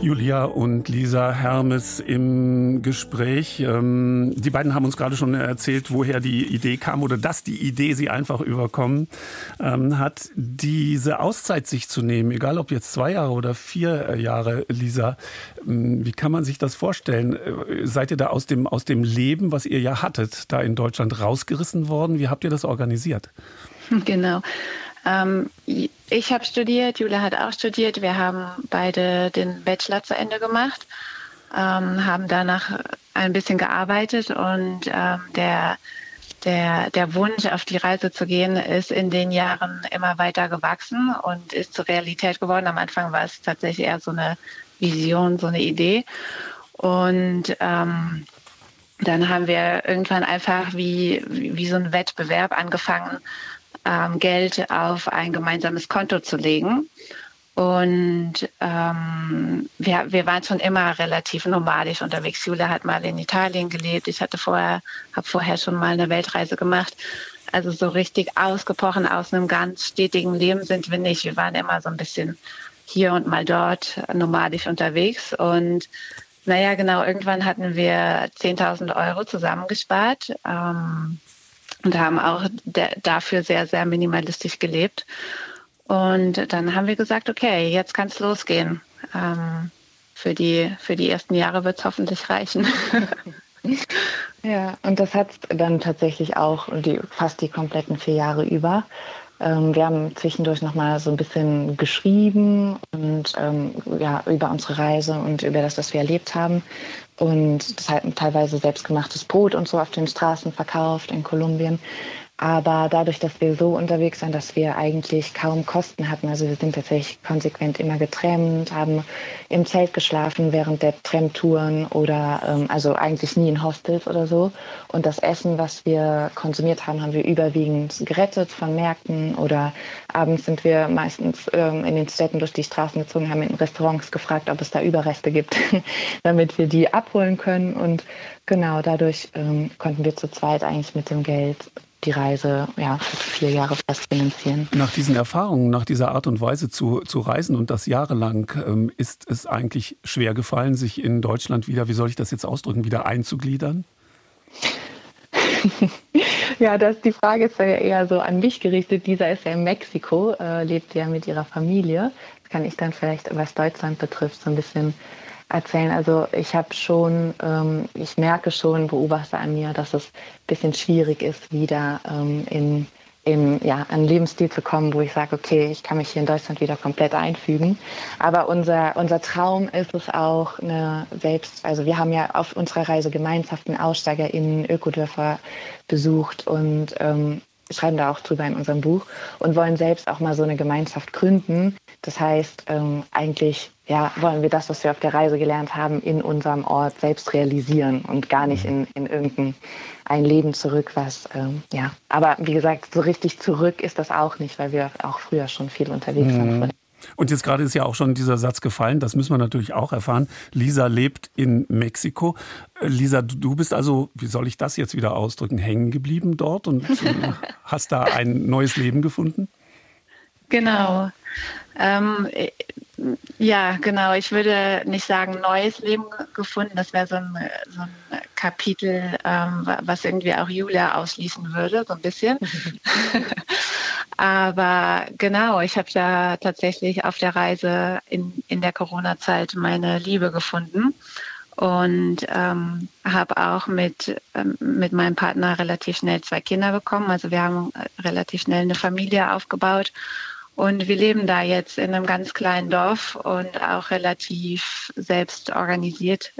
Julia und Lisa Hermes im Gespräch. Die beiden haben uns gerade schon erzählt, woher die Idee kam oder dass die Idee sie einfach überkommen hat. Diese Auszeit sich zu nehmen, egal ob jetzt 2 Jahre oder 4 Jahre, Lisa, wie kann man sich das vorstellen? Seid ihr da aus dem Leben, was ihr ja hattet, da in Deutschland rausgerissen worden? Wie habt ihr das organisiert? Genau. Ich habe studiert, Julia hat auch studiert. Wir haben beide den Bachelor zu Ende gemacht, haben danach ein bisschen gearbeitet und der Wunsch, auf die Reise zu gehen, ist in den Jahren immer weiter gewachsen und ist zur Realität geworden. Am Anfang war es tatsächlich eher so eine Vision, so eine Idee. Und dann haben wir irgendwann einfach wie so ein Wettbewerb angefangen, Geld auf ein gemeinsames Konto zu legen. Und wir waren schon immer relativ nomadisch unterwegs. Julia hat mal in Italien gelebt. Ich habe vorher schon mal eine Weltreise gemacht. Also so richtig ausgebrochen aus einem ganz stetigen Leben sind wir nicht. Wir waren immer so ein bisschen hier und mal dort nomadisch unterwegs. Und naja, genau, irgendwann hatten wir 10.000 Euro zusammengespart. Und haben auch dafür sehr, sehr minimalistisch gelebt. Und dann haben wir gesagt, okay, jetzt kann es losgehen. Für die ersten Jahre wird es hoffentlich reichen. Ja, und das hat dann tatsächlich auch fast die kompletten 4 Jahre über. Wir haben zwischendurch nochmal so ein bisschen geschrieben und über unsere Reise und über das, was wir erlebt haben. Und das halt teilweise selbstgemachtes Brot und so auf den Straßen verkauft in Kolumbien. Aber dadurch, dass wir so unterwegs waren, dass wir eigentlich kaum Kosten hatten, also wir sind tatsächlich konsequent immer getrennt, haben im Zelt geschlafen während der Tramtouren oder also eigentlich nie in Hostels oder so. Und das Essen, was wir konsumiert haben, haben wir überwiegend gerettet von Märkten oder abends sind wir meistens in den Städten durch die Straßen gezogen, haben in Restaurants gefragt, ob es da Überreste gibt, damit wir die abholen können. Und genau dadurch konnten wir zu zweit eigentlich mit dem Geld die Reise für 4 Jahre fast finanzieren. Nach diesen Erfahrungen, nach dieser Art und Weise zu reisen und das jahrelang, ist es eigentlich schwer gefallen, sich in Deutschland wieder, wie soll ich das jetzt ausdrücken, wieder einzugliedern? Ja, die Frage ist ja eher so an mich gerichtet. Lisa ist ja in Mexiko, lebt ja mit ihrer Familie. Das kann ich dann vielleicht, was Deutschland betrifft, so ein bisschen erzählen. Also ich merke schon, beobachte an mir, dass es ein bisschen schwierig ist, wieder in einen Lebensstil zu kommen, wo ich sage, okay, ich kann mich hier in Deutschland wieder komplett einfügen. Aber unser Traum ist es auch, also wir haben ja auf unserer Reise Gemeinschaften, AussteigerInnen, Ökodörfer besucht und schreiben da auch drüber in unserem Buch und wollen selbst auch mal so eine Gemeinschaft gründen. Das heißt, eigentlich wollen wir das, was wir auf der Reise gelernt haben, in unserem Ort selbst realisieren und gar nicht in irgendein Leben zurück, aber wie gesagt, so richtig zurück ist das auch nicht, weil wir auch früher schon viel unterwegs waren. Und jetzt gerade ist ja auch schon dieser Satz gefallen, das müssen wir natürlich auch erfahren. Lisa lebt in Mexiko. Lisa, du bist also, wie soll ich das jetzt wieder ausdrücken, hängen geblieben dort und hast da ein neues Leben gefunden? Genau. Genau. Ich würde nicht sagen, neues Leben gefunden. Das wäre so ein Kapitel, was irgendwie auch Julia ausschließen würde, so ein bisschen. Aber genau, ich habe ja tatsächlich auf der Reise in der Corona-Zeit meine Liebe gefunden und habe auch mit meinem Partner relativ schnell 2 Kinder bekommen. Also wir haben relativ schnell eine Familie aufgebaut. Und wir leben da jetzt in einem ganz kleinen Dorf und auch relativ selbst organisiert.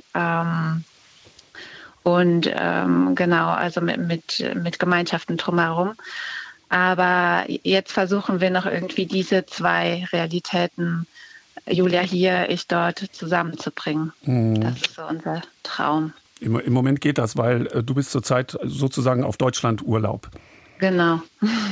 Genau, also mit Gemeinschaften drumherum. Aber jetzt versuchen wir noch irgendwie diese 2 Realitäten, Julia hier, ich dort, zusammenzubringen. Das ist so unser Traum. Im Moment geht das, weil du bist zurzeit sozusagen auf Deutschland-Urlaub. Genau.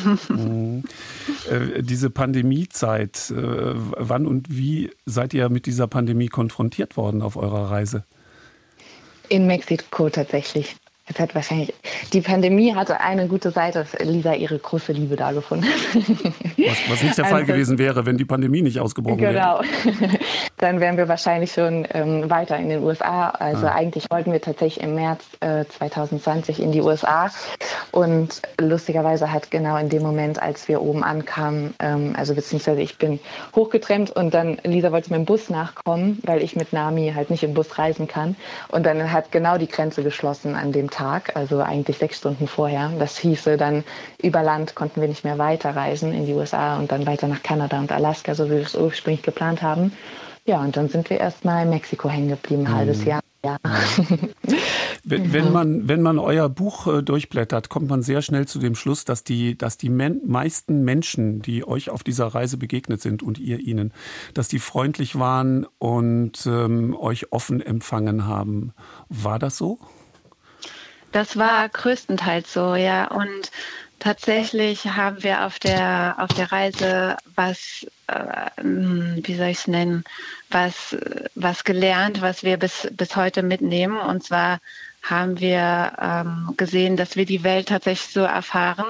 Diese Pandemiezeit, wann und wie seid ihr mit dieser Pandemie konfrontiert worden auf eurer Reise? In Mexiko tatsächlich. Die Pandemie hatte eine gute Seite, dass Lisa ihre große Liebe da gefunden hat. Was nicht der Fall gewesen wäre, wenn die Pandemie nicht ausgebrochen wäre. Genau. dann wären wir wahrscheinlich schon weiter in den USA. Also eigentlich wollten wir tatsächlich im März 2020 in die USA. Und lustigerweise hat genau in dem Moment, als wir oben ankamen, also beziehungsweise ich bin hochgetrennt und dann Lisa wollte mit dem Bus nachkommen, weil ich mit Nami halt nicht im Bus reisen kann. Und dann hat genau die Grenze geschlossen an dem Tag, also eigentlich 6 Stunden vorher. Das hieße dann, über Land konnten wir nicht mehr weiterreisen in die USA und dann weiter nach Kanada und Alaska, so wie wir es ursprünglich geplant haben. Ja, und dann sind wir erstmal in Mexiko hängen geblieben, ein halbes Jahr. Ja. Wenn man euer Buch durchblättert, kommt man sehr schnell zu dem Schluss, dass die meisten Menschen, die euch auf dieser Reise begegnet sind und ihr ihnen, dass die freundlich waren und euch offen empfangen haben. War das so? Das war größtenteils so, ja. Und tatsächlich haben wir auf der Reise was, wie soll ich es nennen, was gelernt, was wir bis heute mitnehmen. Und zwar haben wir gesehen, dass wir die Welt tatsächlich so erfahren,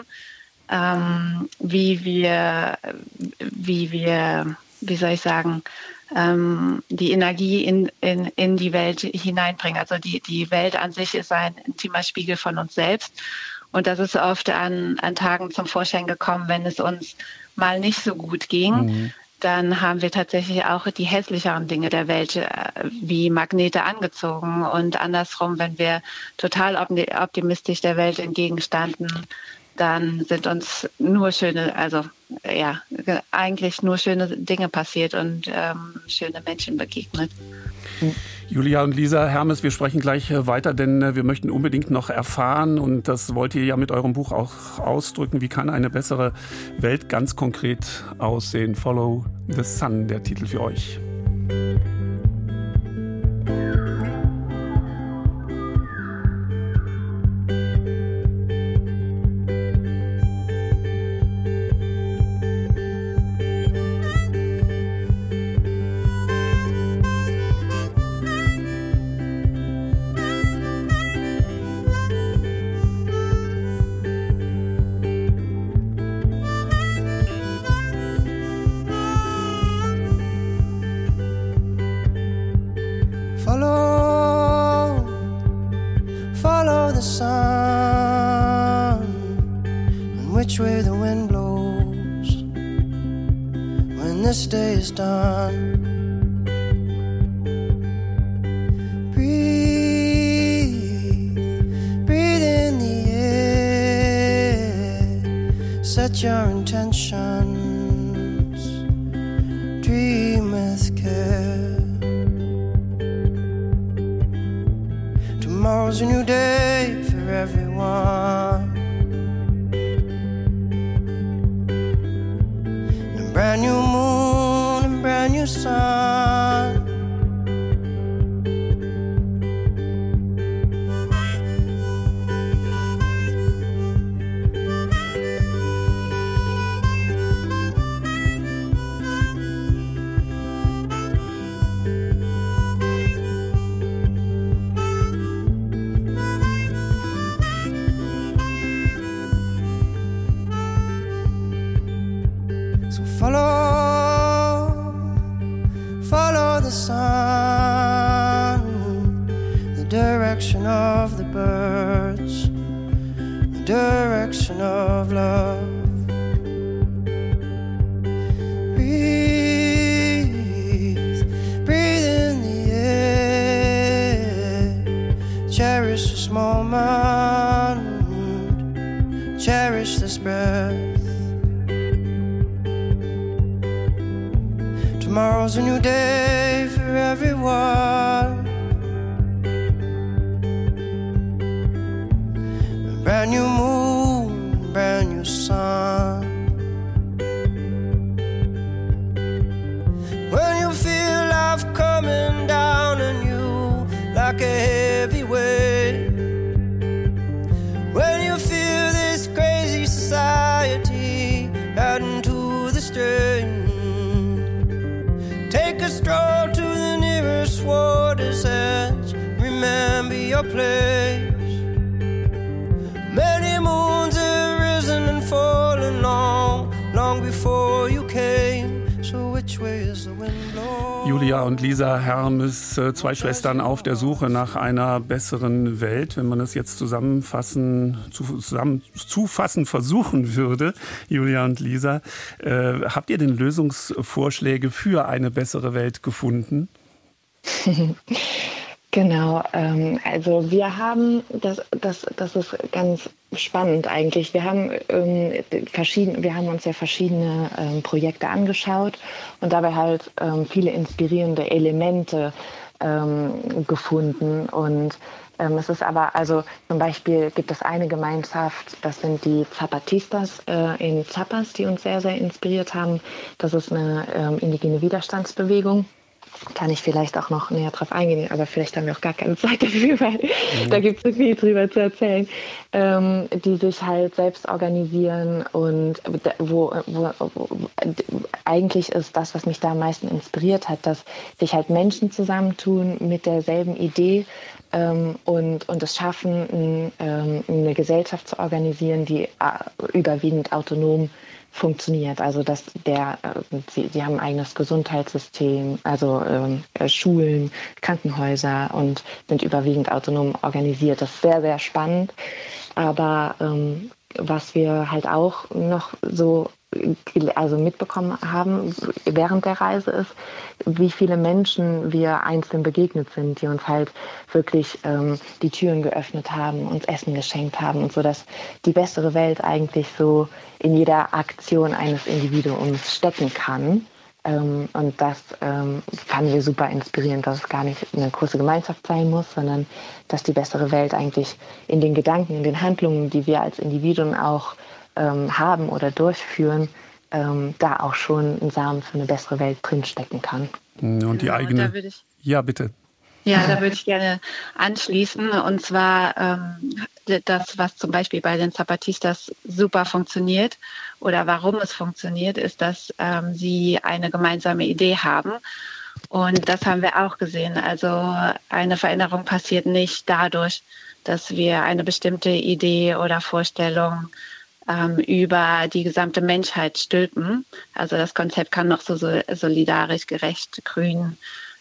wie wir, wie soll ich sagen, die Energie in die Welt hineinbringen. Also die Welt an sich ist ein intimer Spiegel von uns selbst. Und das ist oft an Tagen zum Vorschein gekommen, wenn es uns mal nicht so gut ging. Dann haben wir tatsächlich auch die hässlicheren Dinge der Welt wie Magnete angezogen. Und andersrum, wenn wir total optimistisch der Welt entgegenstanden, dann sind uns nur schöne, eigentlich nur schöne Dinge passiert und schöne Menschen begegnet. Julia und Lisa, Hermes, wir sprechen gleich weiter, denn wir möchten unbedingt noch erfahren, und das wollt ihr ja mit eurem Buch auch ausdrücken, wie kann eine bessere Welt ganz konkret aussehen? Follow the Sun, der Titel für euch. Follow the sun, and which way the wind blows when this day is done. Breathe in the air, set your intentions, dream with care. Tomorrow's a new day for everyone, a brand new moon and brand new sun. Follow the sun, the direction of the birds, the direction of love. Breathe in the air, cherish this moment, cherish this breath. Tomorrow's a new day for everyone, a brand new moon, a brand new sun. When you feel life coming down on you like a heavy weight, when you feel this crazy society adding to the strain, take a stroll to the nearest water's edge. Remember your place. Many moons have risen and fallen long, long before you came. So which way is the wind blowing? Julia und Lisa Hermes, zwei Schwestern auf der Suche nach einer besseren Welt. Wenn man das jetzt zusammenfassen versuchen würde, Julia und Lisa, habt ihr denn Lösungsvorschläge für eine bessere Welt gefunden? Genau, also wir haben, das ist ganz spannend eigentlich. Wir haben uns ja verschiedene Projekte angeschaut und dabei halt viele inspirierende Elemente gefunden. Und es ist aber, also zum Beispiel gibt es eine Gemeinschaft, das sind die Zapatistas in Chiapas, die uns sehr, sehr inspiriert haben. Das ist eine indigene Widerstandsbewegung. Kann ich vielleicht auch noch näher drauf eingehen, aber vielleicht haben wir auch gar keine Zeit dafür, weil da gibt es so viel drüber zu erzählen, die sich halt selbst organisieren und wo eigentlich ist das, was mich da am meisten inspiriert hat, dass sich halt Menschen zusammentun mit derselben Idee und es schaffen, eine Gesellschaft zu organisieren, die überwiegend autonom funktioniert. Also sie haben ein eigenes Gesundheitssystem, also Schulen, Krankenhäuser und sind überwiegend autonom organisiert. Das ist sehr, sehr spannend. Aber was wir halt auch noch so mitbekommen haben während der Reise ist, wie viele Menschen wir einzeln begegnet sind, die uns halt wirklich die Türen geöffnet haben, uns Essen geschenkt haben und so, dass die bessere Welt eigentlich so in jeder Aktion eines Individuums stecken kann. Und das fanden wir super inspirierend, dass es gar nicht eine große Gemeinschaft sein muss, sondern dass die bessere Welt eigentlich in den Gedanken, in den Handlungen, die wir als Individuen auch haben oder durchführen, da auch schon ein Samen für eine bessere Welt drinstecken kann. Und die eigene... Ja, bitte. Ja, da würde ich gerne anschließen. Und zwar das, was zum Beispiel bei den Zapatistas super funktioniert oder warum es funktioniert, ist, dass sie eine gemeinsame Idee haben. Und das haben wir auch gesehen. Also eine Veränderung passiert nicht dadurch, dass wir eine bestimmte Idee oder Vorstellung über die gesamte Menschheit stülpen. Also das Konzept kann noch so solidarisch, gerecht, grün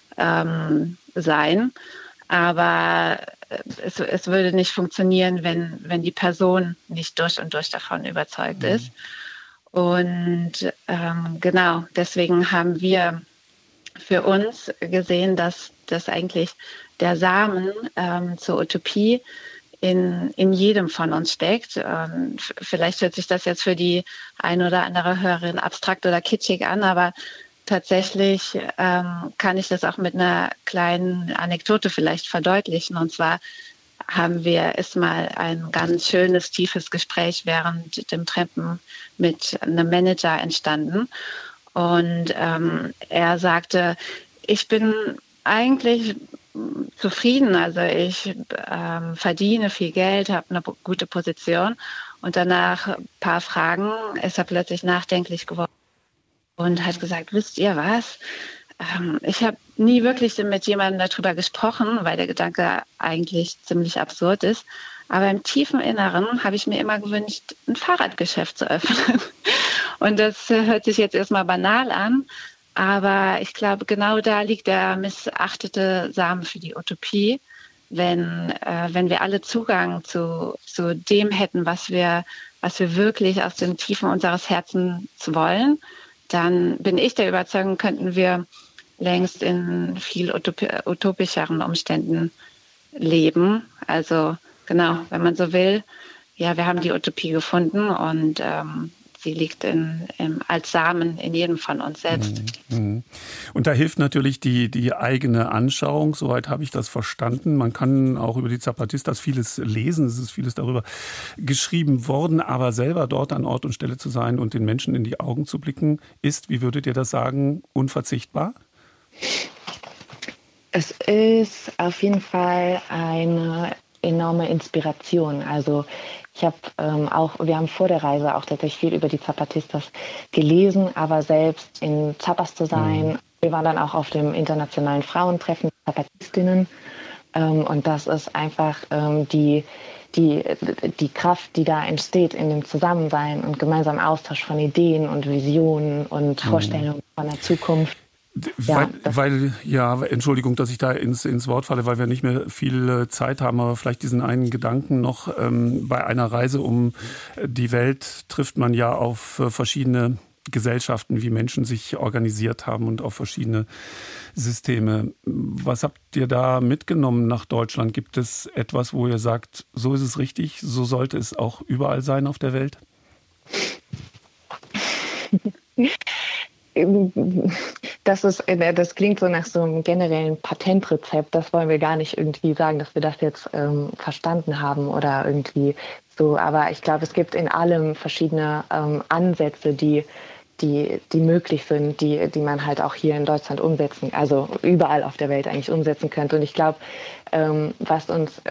sein. Aber es würde nicht funktionieren, wenn die Person nicht durch und durch davon überzeugt ist. Und genau, deswegen haben wir für uns gesehen, dass eigentlich der Samen zur Utopie in jedem von uns steckt. Vielleicht hört sich das jetzt für die ein oder andere Hörerin abstrakt oder kitschig an, aber tatsächlich kann ich das auch mit einer kleinen Anekdote vielleicht verdeutlichen. Und zwar ist mal ein ganz schönes, tiefes Gespräch während dem Treffen mit einem Manager entstanden. Und er sagte, ich bin eigentlich zufrieden, also ich verdiene viel Geld, habe eine gute Position und danach ein paar Fragen ist er plötzlich nachdenklich geworden und hat gesagt, wisst ihr was, ich habe nie wirklich mit jemandem darüber gesprochen, weil der Gedanke eigentlich ziemlich absurd ist, aber im tiefen Inneren habe ich mir immer gewünscht, ein Fahrradgeschäft zu öffnen. Und das hört sich jetzt erstmal banal an, aber ich glaube, genau da liegt der missachtete Samen für die Utopie. Wenn wir alle Zugang zu dem hätten, was wir wirklich aus den Tiefen unseres Herzens wollen, dann bin ich der Überzeugung, könnten wir längst in viel utopischeren Umständen leben. Also genau, wenn man so will, ja, wir haben die Utopie gefunden und sie liegt als Samen in jedem von uns selbst. Und da hilft natürlich die eigene Anschauung, soweit habe ich das verstanden. Man kann auch über die Zapatistas vieles lesen, es ist vieles darüber geschrieben worden, aber selber dort an Ort und Stelle zu sein und den Menschen in die Augen zu blicken, ist, wie würdet ihr das sagen, unverzichtbar? Es ist auf jeden Fall eine enorme Inspiration. Also wir haben vor der Reise auch tatsächlich viel über die Zapatistas gelesen, aber selbst in Chiapas zu sein. Wir waren dann auch auf dem internationalen Frauentreffen der Zapatistinnen und das ist einfach die Kraft, die da entsteht in dem Zusammensein und gemeinsamen Austausch von Ideen und Visionen und Vorstellungen von der Zukunft. Entschuldigung, dass ich da ins Wort falle, weil wir nicht mehr viel Zeit haben, aber vielleicht diesen einen Gedanken noch. Bei einer Reise um die Welt trifft man ja auf verschiedene Gesellschaften, wie Menschen sich organisiert haben und auf verschiedene Systeme. Was habt ihr da mitgenommen nach Deutschland? Gibt es etwas, wo ihr sagt, so ist es richtig, so sollte es auch überall sein auf der Welt? Das klingt so nach so einem generellen Patentrezept. Das wollen wir gar nicht irgendwie sagen, dass wir das jetzt verstanden haben oder irgendwie so. Aber ich glaube, es gibt in allem verschiedene Ansätze, die möglich sind, die man halt auch hier in Deutschland umsetzen, also überall auf der Welt eigentlich umsetzen könnte. Und ich glaube, was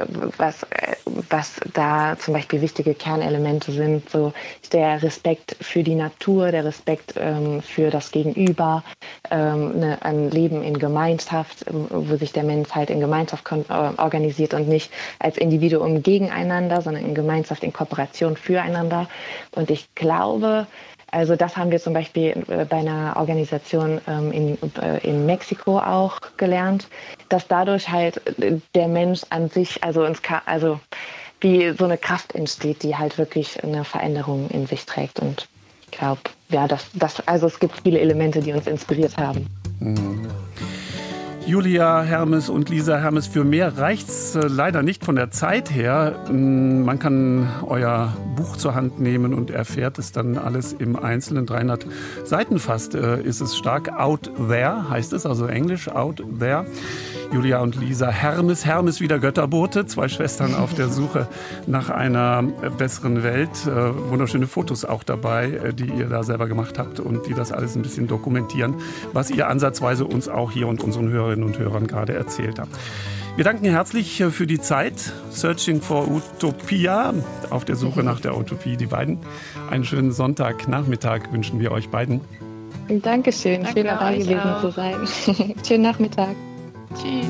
da zum Beispiel wichtige Kernelemente sind, so ist der Respekt für die Natur, der Respekt für das Gegenüber, ein Leben in Gemeinschaft, wo sich der Mensch halt in Gemeinschaft organisiert und nicht als Individuum gegeneinander, sondern in Gemeinschaft, in Kooperation füreinander. Und ich glaube, also das haben wir zum Beispiel bei einer Organisation in Mexiko auch gelernt, dass dadurch halt der Mensch an sich, also wie so eine Kraft entsteht, die halt wirklich eine Veränderung in sich trägt. Und ich glaube, ja, also es gibt viele Elemente, die uns inspiriert haben. Mhm. Julia Hermes und Lisa Hermes, für mehr reicht's leider nicht von der Zeit her. Man kann euer Buch zur Hand nehmen und erfährt es dann alles im Einzelnen. 300 Seiten fast ist es stark. Out There heißt es, also Englisch, Out There. Julia und Lisa Hermes. Hermes wieder Götterbote, 2 Schwestern auf der Suche nach einer besseren Welt. Wunderschöne Fotos auch dabei, die ihr da selber gemacht habt und die das alles ein bisschen dokumentieren, was ihr ansatzweise uns auch hier und unseren Hörerinnen und Hörern gerade erzählt habt. Wir danken herzlich für die Zeit. Searching for Utopia, auf der Suche nach der Utopie. Die beiden, einen schönen Sonntagnachmittag wünschen wir euch beiden. Dankeschön, schön dabei gewesen zu sein. Schönen Nachmittag. Tschüss.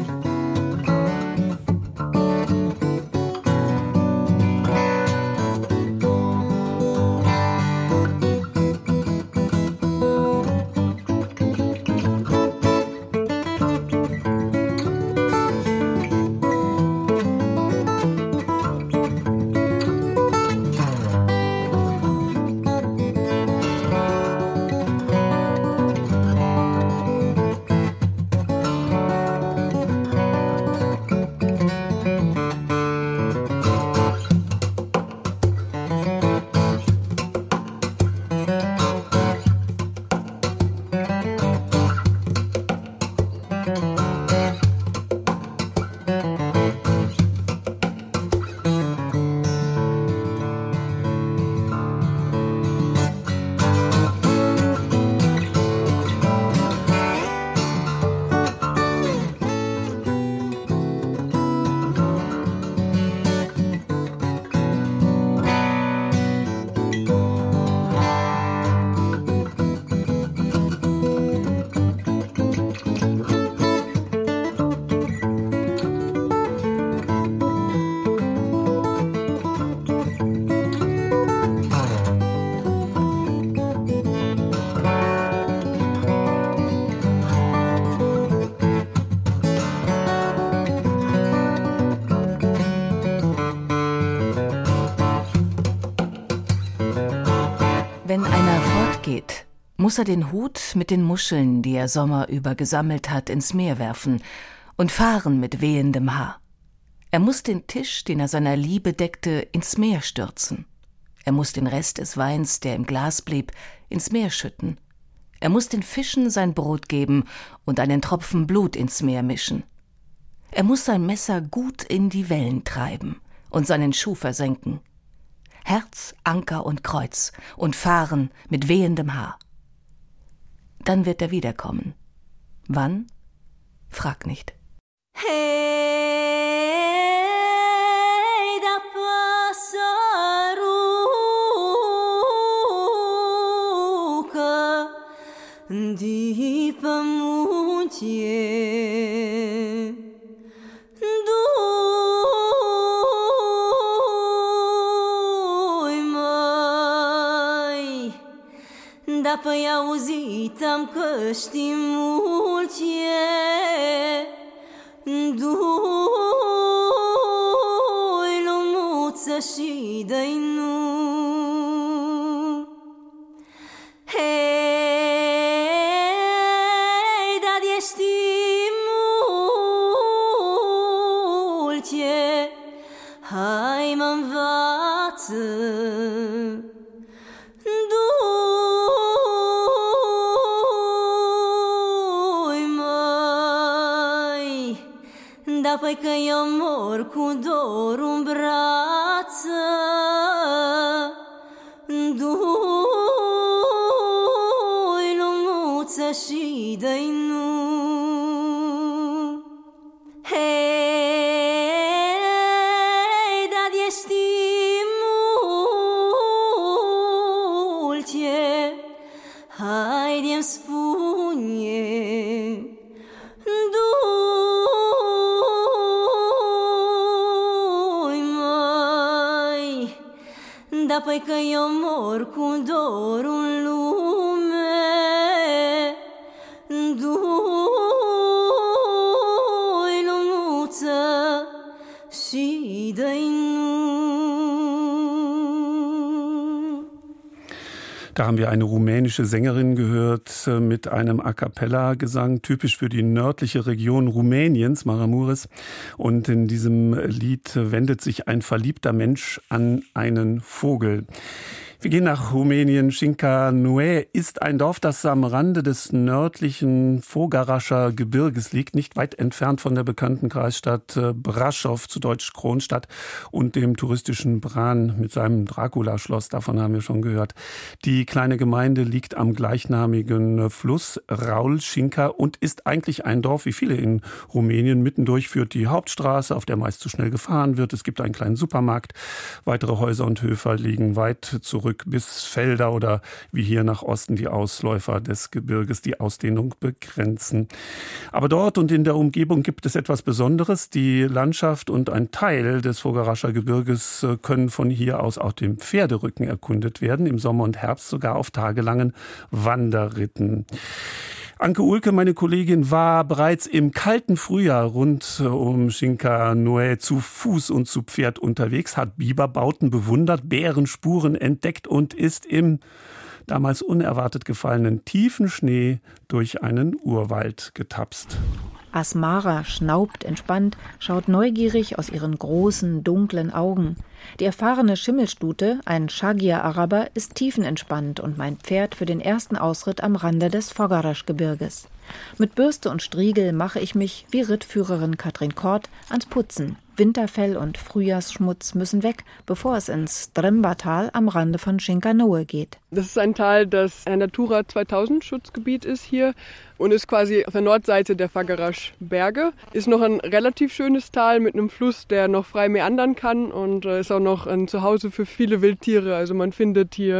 Wenn einer fortgeht, muss er den Hut mit den Muscheln, die er sommerüber gesammelt hat, ins Meer werfen und fahren mit wehendem Haar. Er muss den Tisch, den er seiner Liebe deckte, ins Meer stürzen. Er muss den Rest des Weins, der im Glas blieb, ins Meer schütten. Er muss den Fischen sein Brot geben und einen Tropfen Blut ins Meer mischen. Er muss sein Messer gut in die Wellen treiben und seinen Schuh versenken. Herz, Anker und Kreuz und fahren mit wehendem Haar. Dann wird er wiederkommen. Wann? Frag nicht. Hey, da passaruca di pamutie. Da Apoi auzit am că știi mult ce doi lumuță și dă-i nu. Hei, dar știi mult ce hai mă învață. Păi că eu mor cu dorul în brață, doi lumuță și dă-i nu. Hei, dar știi mult ce haide-mi spune. Păi că eu mor cu dorul în lume, doi lumuță și dă-i nu. Da haben wir eine rumänische Sängerin gehört mit einem A cappella-Gesang, typisch für die nördliche Region Rumäniens, Maramureş. Und in diesem Lied wendet sich ein verliebter Mensch an einen Vogel. Wir gehen nach Rumänien. Șincanăuie ist ein Dorf, das am Rande des nördlichen Fogarascher Gebirges liegt, nicht weit entfernt von der bekannten Kreisstadt Brașov, zu Deutsch Kronstadt, und dem touristischen Bran mit seinem Dracula-Schloss. Davon haben wir schon gehört. Die kleine Gemeinde liegt am gleichnamigen Fluss Raulșinca und ist eigentlich ein Dorf, wie viele in Rumänien. Mittendurch führt die Hauptstraße, auf der meist zu schnell gefahren wird. Es gibt einen kleinen Supermarkt. Weitere Häuser und Höfe liegen weit zurück bis Felder oder wie hier nach Osten die Ausläufer des Gebirges die Ausdehnung begrenzen. Aber dort und in der Umgebung gibt es etwas Besonderes. Die Landschaft und ein Teil des Fogarascher Gebirges können von hier aus auf dem Pferderücken erkundet werden, im Sommer und Herbst sogar auf tagelangen Wanderritten. Anke Uhlke, meine Kollegin, war bereits im kalten Frühjahr rund um Șincanăuie zu Fuß und zu Pferd unterwegs, hat Biberbauten bewundert, Bärenspuren entdeckt und ist im damals unerwartet gefallenen tiefen Schnee durch einen Urwald getapst. Asmara schnaubt entspannt, schaut neugierig aus ihren großen, dunklen Augen. Die erfahrene Schimmelstute, ein Shagir-Araber, ist tiefenentspannt und mein Pferd für den ersten Ausritt am Rande des Fogarasgebirges. Mit Bürste und Striegel mache ich mich, wie Rittführerin Katrin Kort, ans Putzen. Winterfell und Frühjahrsschmutz müssen weg, bevor es ins Stremba-Tal am Rande von Șincanăuie geht. Das ist ein Tal, das ein Natura 2000 Schutzgebiet ist hier und ist quasi auf der Nordseite der Fogarasberge. Ist noch ein relativ schönes Tal mit einem Fluss, der noch frei meandern kann, und ist auch noch ein Zuhause für viele Wildtiere. Also man findet hier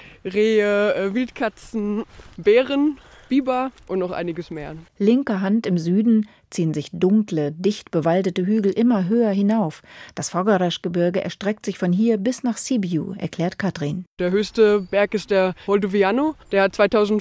Rehe, Wildkatzen, Bären, Biber und noch einiges mehr. Linke Hand im Süden ziehen sich dunkle, dicht bewaldete Hügel immer höher hinauf. Das Fogarasgebirge erstreckt sich von hier bis nach Sibiu, erklärt Katrin. Der höchste Berg ist der Moldoviano. Der hat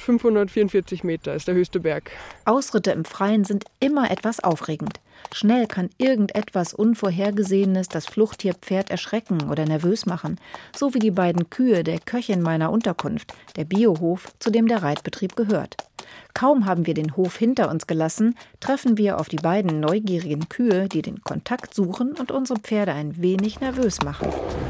2544 Meter, ist der höchste Berg. Ausritte im Freien sind immer etwas aufregend. Schnell kann irgendetwas Unvorhergesehenes das Fluchttierpferd erschrecken oder nervös machen. So wie die beiden Kühe der Köchin meiner Unterkunft, der Biohof, zu dem der Reitbetrieb gehört. Kaum haben wir den Hof hinter uns gelassen, treffen wir auf die beiden neugierigen Kühe, die den Kontakt suchen und unsere Pferde ein wenig nervös machen.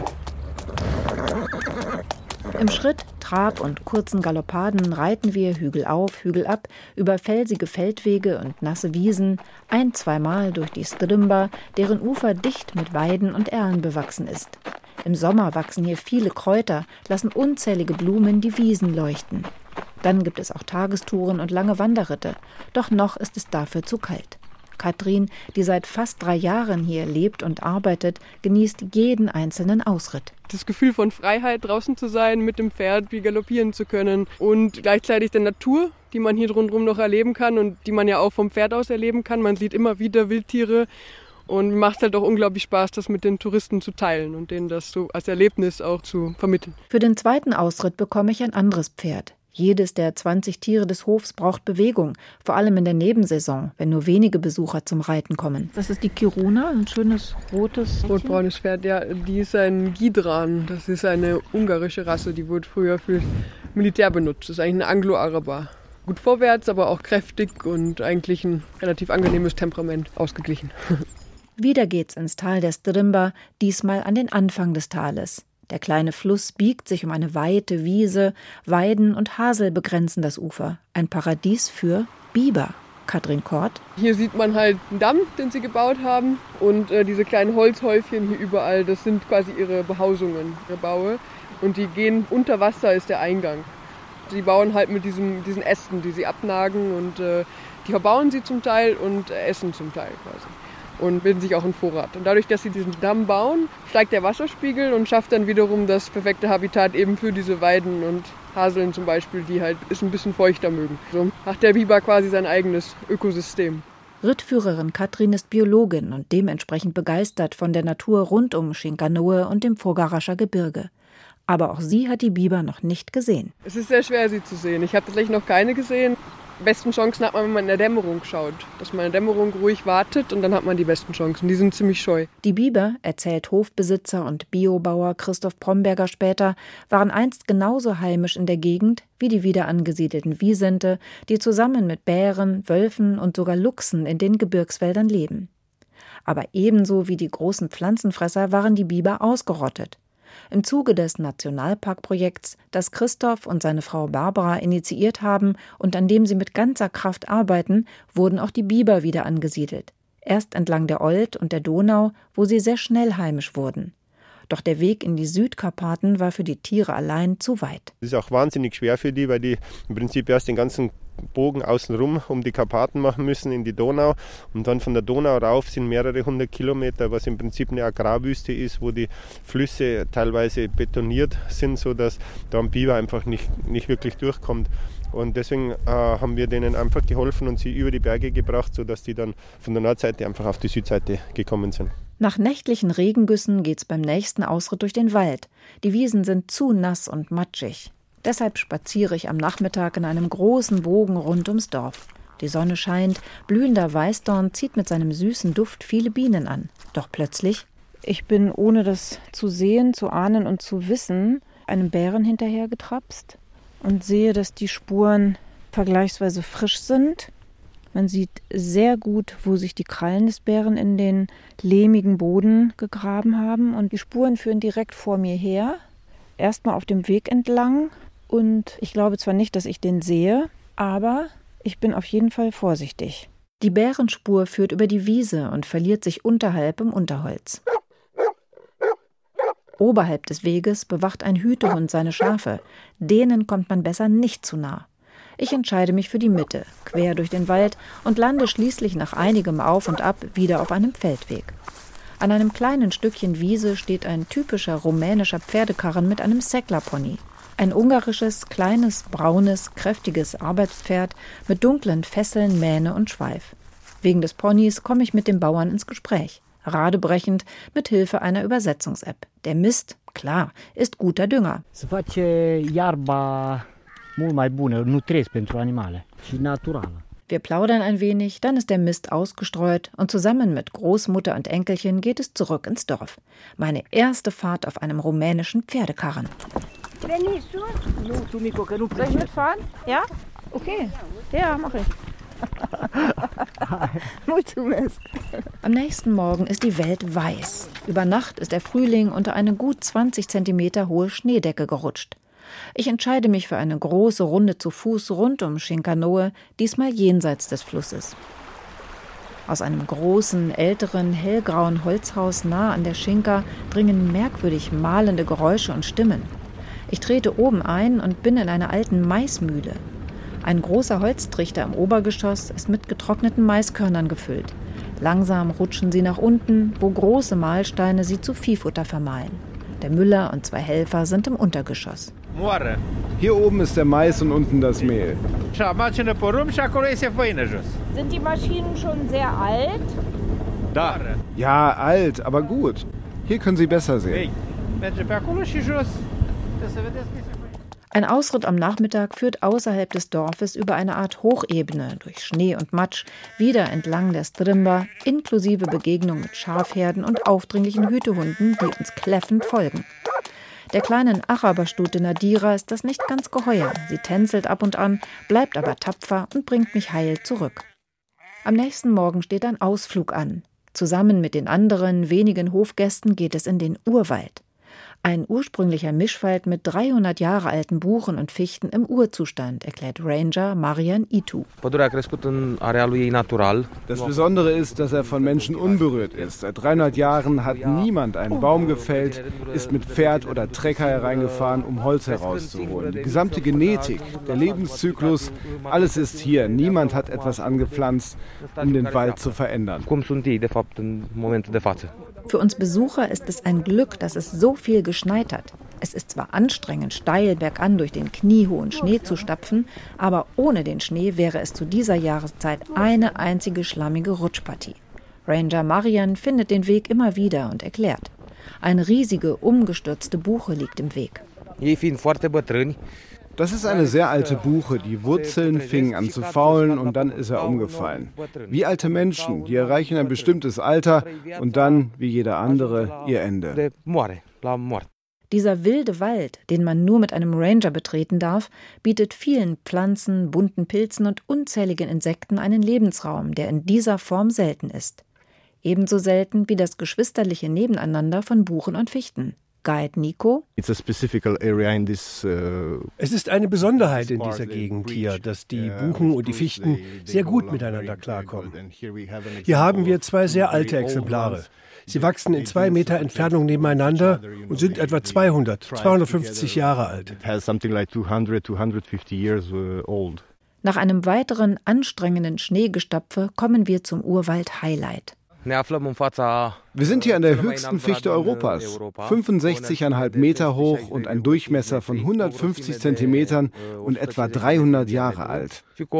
Im Schritt, Trab und kurzen Galoppaden reiten wir Hügel auf, Hügel ab, über felsige Feldwege und nasse Wiesen, 1-2 Mal durch die Stremba, deren Ufer dicht mit Weiden und Erlen bewachsen ist. Im Sommer wachsen hier viele Kräuter, lassen unzählige Blumen die Wiesen leuchten. Dann gibt es auch Tagestouren und lange Wanderritte, doch noch ist es dafür zu kalt. Katrin, die seit fast 3 Jahren hier lebt und arbeitet, genießt jeden einzelnen Ausritt. Das Gefühl von Freiheit, draußen zu sein, mit dem Pferd wie galoppieren zu können und gleichzeitig der Natur, die man hier rundherum noch erleben kann und die man ja auch vom Pferd aus erleben kann. Man sieht immer wieder Wildtiere und macht halt auch unglaublich Spaß, das mit den Touristen zu teilen und denen das so als Erlebnis auch zu vermitteln. Für den zweiten Ausritt bekomme ich ein anderes Pferd. Jedes der 20 Tiere des Hofs braucht Bewegung, vor allem in der Nebensaison, wenn nur wenige Besucher zum Reiten kommen. Das ist die Kiruna, ein schönes rotes rotbraunes Pferd, ja, die ist ein Gidran. Das ist eine ungarische Rasse, die wurde früher für Militär benutzt. Das ist eigentlich ein Anglo-Araber. Gut vorwärts, aber auch kräftig und eigentlich ein relativ angenehmes Temperament, ausgeglichen. Wieder geht's ins Tal der Strimba, diesmal an den Anfang des Tales. Der kleine Fluss biegt sich um eine weite Wiese, Weiden und Hasel begrenzen das Ufer. Ein Paradies für Biber. Katrin Kort. Hier sieht man halt einen Damm, den sie gebaut haben, und diese kleinen Holzhäufchen hier überall, das sind quasi ihre Behausungen, ihre Baue. Und die gehen unter Wasser, ist der Eingang. Sie bauen halt mit diesen Ästen, die sie abnagen, und die verbauen sie zum Teil und essen zum Teil quasi. Und bilden sich auch einen Vorrat. Und dadurch, dass sie diesen Damm bauen, steigt der Wasserspiegel und schafft dann wiederum das perfekte Habitat eben für diese Weiden und Haseln zum Beispiel, die halt es ein bisschen feuchter mögen. So macht der Biber quasi sein eigenes Ökosystem. Rittführerin Katrin ist Biologin und dementsprechend begeistert von der Natur rund um Schinkanoe und dem Vorgarascher Gebirge. Aber auch sie hat die Biber noch nicht gesehen. Es ist sehr schwer, sie zu sehen. Ich habe tatsächlich noch keine gesehen. Besten Chancen hat man, wenn man in der Dämmerung schaut. Dass man in der Dämmerung ruhig wartet und dann hat man die besten Chancen. Die sind ziemlich scheu. Die Biber, erzählt Hofbesitzer und Biobauer Christoph Bromberger später, waren einst genauso heimisch in der Gegend wie die wieder angesiedelten Wisente, die zusammen mit Bären, Wölfen und sogar Luchsen in den Gebirgswäldern leben. Aber ebenso wie die großen Pflanzenfresser waren die Biber ausgerottet. Im Zuge des Nationalparkprojekts, das Christoph und seine Frau Barbara initiiert haben und an dem sie mit ganzer Kraft arbeiten, wurden auch die Biber wieder angesiedelt. Erst entlang der Olt und der Donau, wo sie sehr schnell heimisch wurden. Doch der Weg in die Südkarpaten war für die Tiere allein zu weit. Das ist auch wahnsinnig schwer für die, weil die im Prinzip erst den ganzen Bogen außenrum um die Karpaten machen müssen in die Donau, und dann von der Donau rauf sind mehrere 100 Kilometer, was im Prinzip eine Agrarwüste ist, wo die Flüsse teilweise betoniert sind, sodass da ein Biber einfach nicht wirklich durchkommt. Und deswegen haben wir denen einfach geholfen und sie über die Berge gebracht, sodass die dann von der Nordseite einfach auf die Südseite gekommen sind. Nach nächtlichen Regengüssen geht's beim nächsten Ausritt durch den Wald. Die Wiesen sind zu nass und matschig. Deshalb spaziere ich am Nachmittag in einem großen Bogen rund ums Dorf. Die Sonne scheint, blühender Weißdorn zieht mit seinem süßen Duft viele Bienen an. Doch plötzlich... Ich bin, ohne das zu sehen, zu ahnen und zu wissen, einem Bären hinterhergetrapst und sehe, dass die Spuren vergleichsweise frisch sind. Man sieht sehr gut, wo sich die Krallen des Bären in den lehmigen Boden gegraben haben. Und die Spuren führen direkt vor mir her, erstmal auf dem Weg entlang. Und ich glaube zwar nicht, dass ich den sehe, aber ich bin auf jeden Fall vorsichtig. Die Bärenspur führt über die Wiese und verliert sich unterhalb im Unterholz. Oberhalb des Weges bewacht ein Hütehund seine Schafe. Denen kommt man besser nicht zu nah. Ich entscheide mich für die Mitte, quer durch den Wald, und lande schließlich nach einigem Auf und Ab wieder auf einem Feldweg. An einem kleinen Stückchen Wiese steht ein typischer rumänischer Pferdekarren mit einem Secklerpony. Ein ungarisches, kleines, braunes, kräftiges Arbeitspferd mit dunklen Fesseln, Mähne und Schweif. Wegen des Ponys komme ich mit dem Bauern ins Gespräch. Radebrechend mit Hilfe einer Übersetzungs-App. Der Mist, klar, ist guter Dünger. Wir plaudern ein wenig, dann ist der Mist ausgestreut und zusammen mit Großmutter und Enkelchen geht es zurück ins Dorf. Meine erste Fahrt auf einem rumänischen Pferdekarren. Soll ich mitfahren? Ja? Okay. Ja, mach ich. Am nächsten Morgen ist die Welt weiß. Über Nacht ist der Frühling unter eine gut 20 Zentimeter hohe Schneedecke gerutscht. Ich entscheide mich für eine große Runde zu Fuß rund um Schinkanoe, diesmal jenseits des Flusses. Aus einem großen, älteren, hellgrauen Holzhaus nah an der Schinka dringen merkwürdig mahlende Geräusche und Stimmen. Ich trete oben ein und bin in einer alten Maismühle. Ein großer Holztrichter im Obergeschoss ist mit getrockneten Maiskörnern gefüllt. Langsam rutschen sie nach unten, wo große Mahlsteine sie zu Viehfutter vermahlen. Der Müller und 2 Helfer sind im Untergeschoss. Hier oben ist der Mais und unten das Mehl. Sind die Maschinen schon sehr alt? Da. Ja, alt, aber gut. Hier können Sie besser sehen. Ein Ausritt am Nachmittag führt außerhalb des Dorfes über eine Art Hochebene durch Schnee und Matsch wieder entlang der Strimba, inklusive Begegnung mit Schafherden und aufdringlichen Hütehunden, die uns kläffend folgen. Der kleinen Araberstute Nadira ist das nicht ganz geheuer. Sie tänzelt ab und an, bleibt aber tapfer und bringt mich heil zurück. Am nächsten Morgen steht ein Ausflug an. Zusammen mit den anderen wenigen Hofgästen geht es in den Urwald. Ein ursprünglicher Mischwald mit 300 Jahre alten Buchen und Fichten im Urzustand, erklärt Ranger Marian Itu. Das Besondere ist, dass er von Menschen unberührt ist. Seit 300 Jahren hat niemand einen Baum gefällt, ist mit Pferd oder Trecker hereingefahren, um Holz herauszuholen. Die gesamte Genetik, der Lebenszyklus, alles ist hier. Niemand hat etwas angepflanzt, um den Wald zu verändern. Für uns Besucher ist es ein Glück, dass es so viel geschneit hat. Es ist zwar anstrengend, steil bergan durch den kniehohen Schnee zu stapfen, aber ohne den Schnee wäre es zu dieser Jahreszeit eine einzige schlammige Rutschpartie. Ranger Marian findet den Weg immer wieder und erklärt: Eine riesige, umgestürzte Buche liegt im Weg. Das ist eine sehr alte Buche. Die Wurzeln fingen an zu faulen und dann ist er umgefallen. Wie alte Menschen, die erreichen ein bestimmtes Alter und dann, wie jeder andere, ihr Ende. Dieser wilde Wald, den man nur mit einem Ranger betreten darf, bietet vielen Pflanzen, bunten Pilzen und unzähligen Insekten einen Lebensraum, der in dieser Form selten ist. Ebenso selten wie das geschwisterliche Nebeneinander von Buchen und Fichten. Guide Nico. Es ist eine Besonderheit in dieser Gegend hier, dass die Buchen und die Fichten sehr gut miteinander klarkommen. Hier haben wir 2 sehr alte Exemplare. Sie wachsen in 2 Meter Entfernung nebeneinander und sind etwa 250 Jahre alt. Nach einem weiteren anstrengenden Schneegestapfe kommen wir zum Urwald-Highlight. Wir sind hier an der höchsten Fichte Europas, 65,5 Meter hoch und ein Durchmesser von 150 Zentimetern und etwa 300 Jahre alt.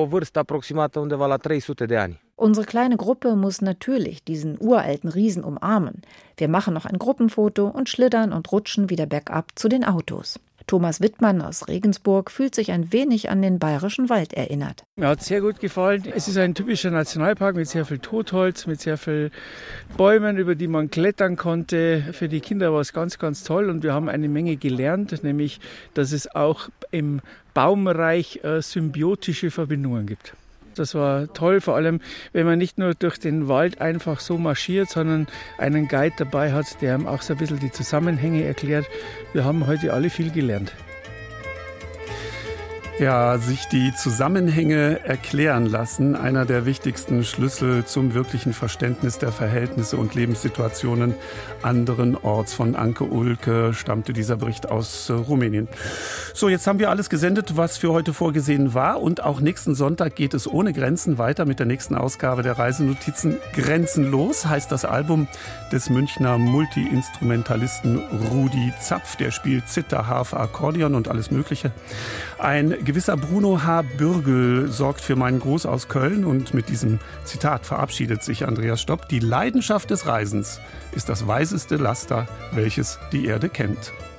Unsere kleine Gruppe muss natürlich diesen uralten Riesen umarmen. Wir machen noch ein Gruppenfoto und schlittern und rutschen wieder bergab zu den Autos. Thomas Wittmann aus Regensburg fühlt sich ein wenig an den Bayerischen Wald erinnert. Mir hat es sehr gut gefallen. Es ist ein typischer Nationalpark mit sehr viel Totholz, mit sehr viel Bäumen, über die man klettern konnte. Für die Kinder war es ganz, ganz toll und wir haben eine Menge gelernt, nämlich, dass es auch im Baumreich symbiotische Verbindungen gibt. Das war toll, vor allem, wenn man nicht nur durch den Wald einfach so marschiert, sondern einen Guide dabei hat, der einem auch so ein bisschen die Zusammenhänge erklärt. Wir haben heute alle viel gelernt. Ja, sich die Zusammenhänge erklären lassen, einer der wichtigsten Schlüssel zum wirklichen Verständnis der Verhältnisse und Lebenssituationen anderen Orts. Von Anke Ulke stammte dieser Bericht aus Rumänien. So, jetzt haben wir alles gesendet, was für heute vorgesehen war. Und auch nächsten Sonntag geht es ohne Grenzen weiter mit der nächsten Ausgabe der Reisenotizen. Grenzenlos heißt das Album des Münchner Multi-Instrumentalisten Rudi Zapf. Der spielt Zither, Harfe, Akkordeon und alles Mögliche. Ein gewisser Bruno H. Bürgel sorgt für meinen Gruß aus Köln und mit diesem Zitat verabschiedet sich Andreas Stopp. Die Leidenschaft des Reisens ist das weiseste Laster, welches die Erde kennt.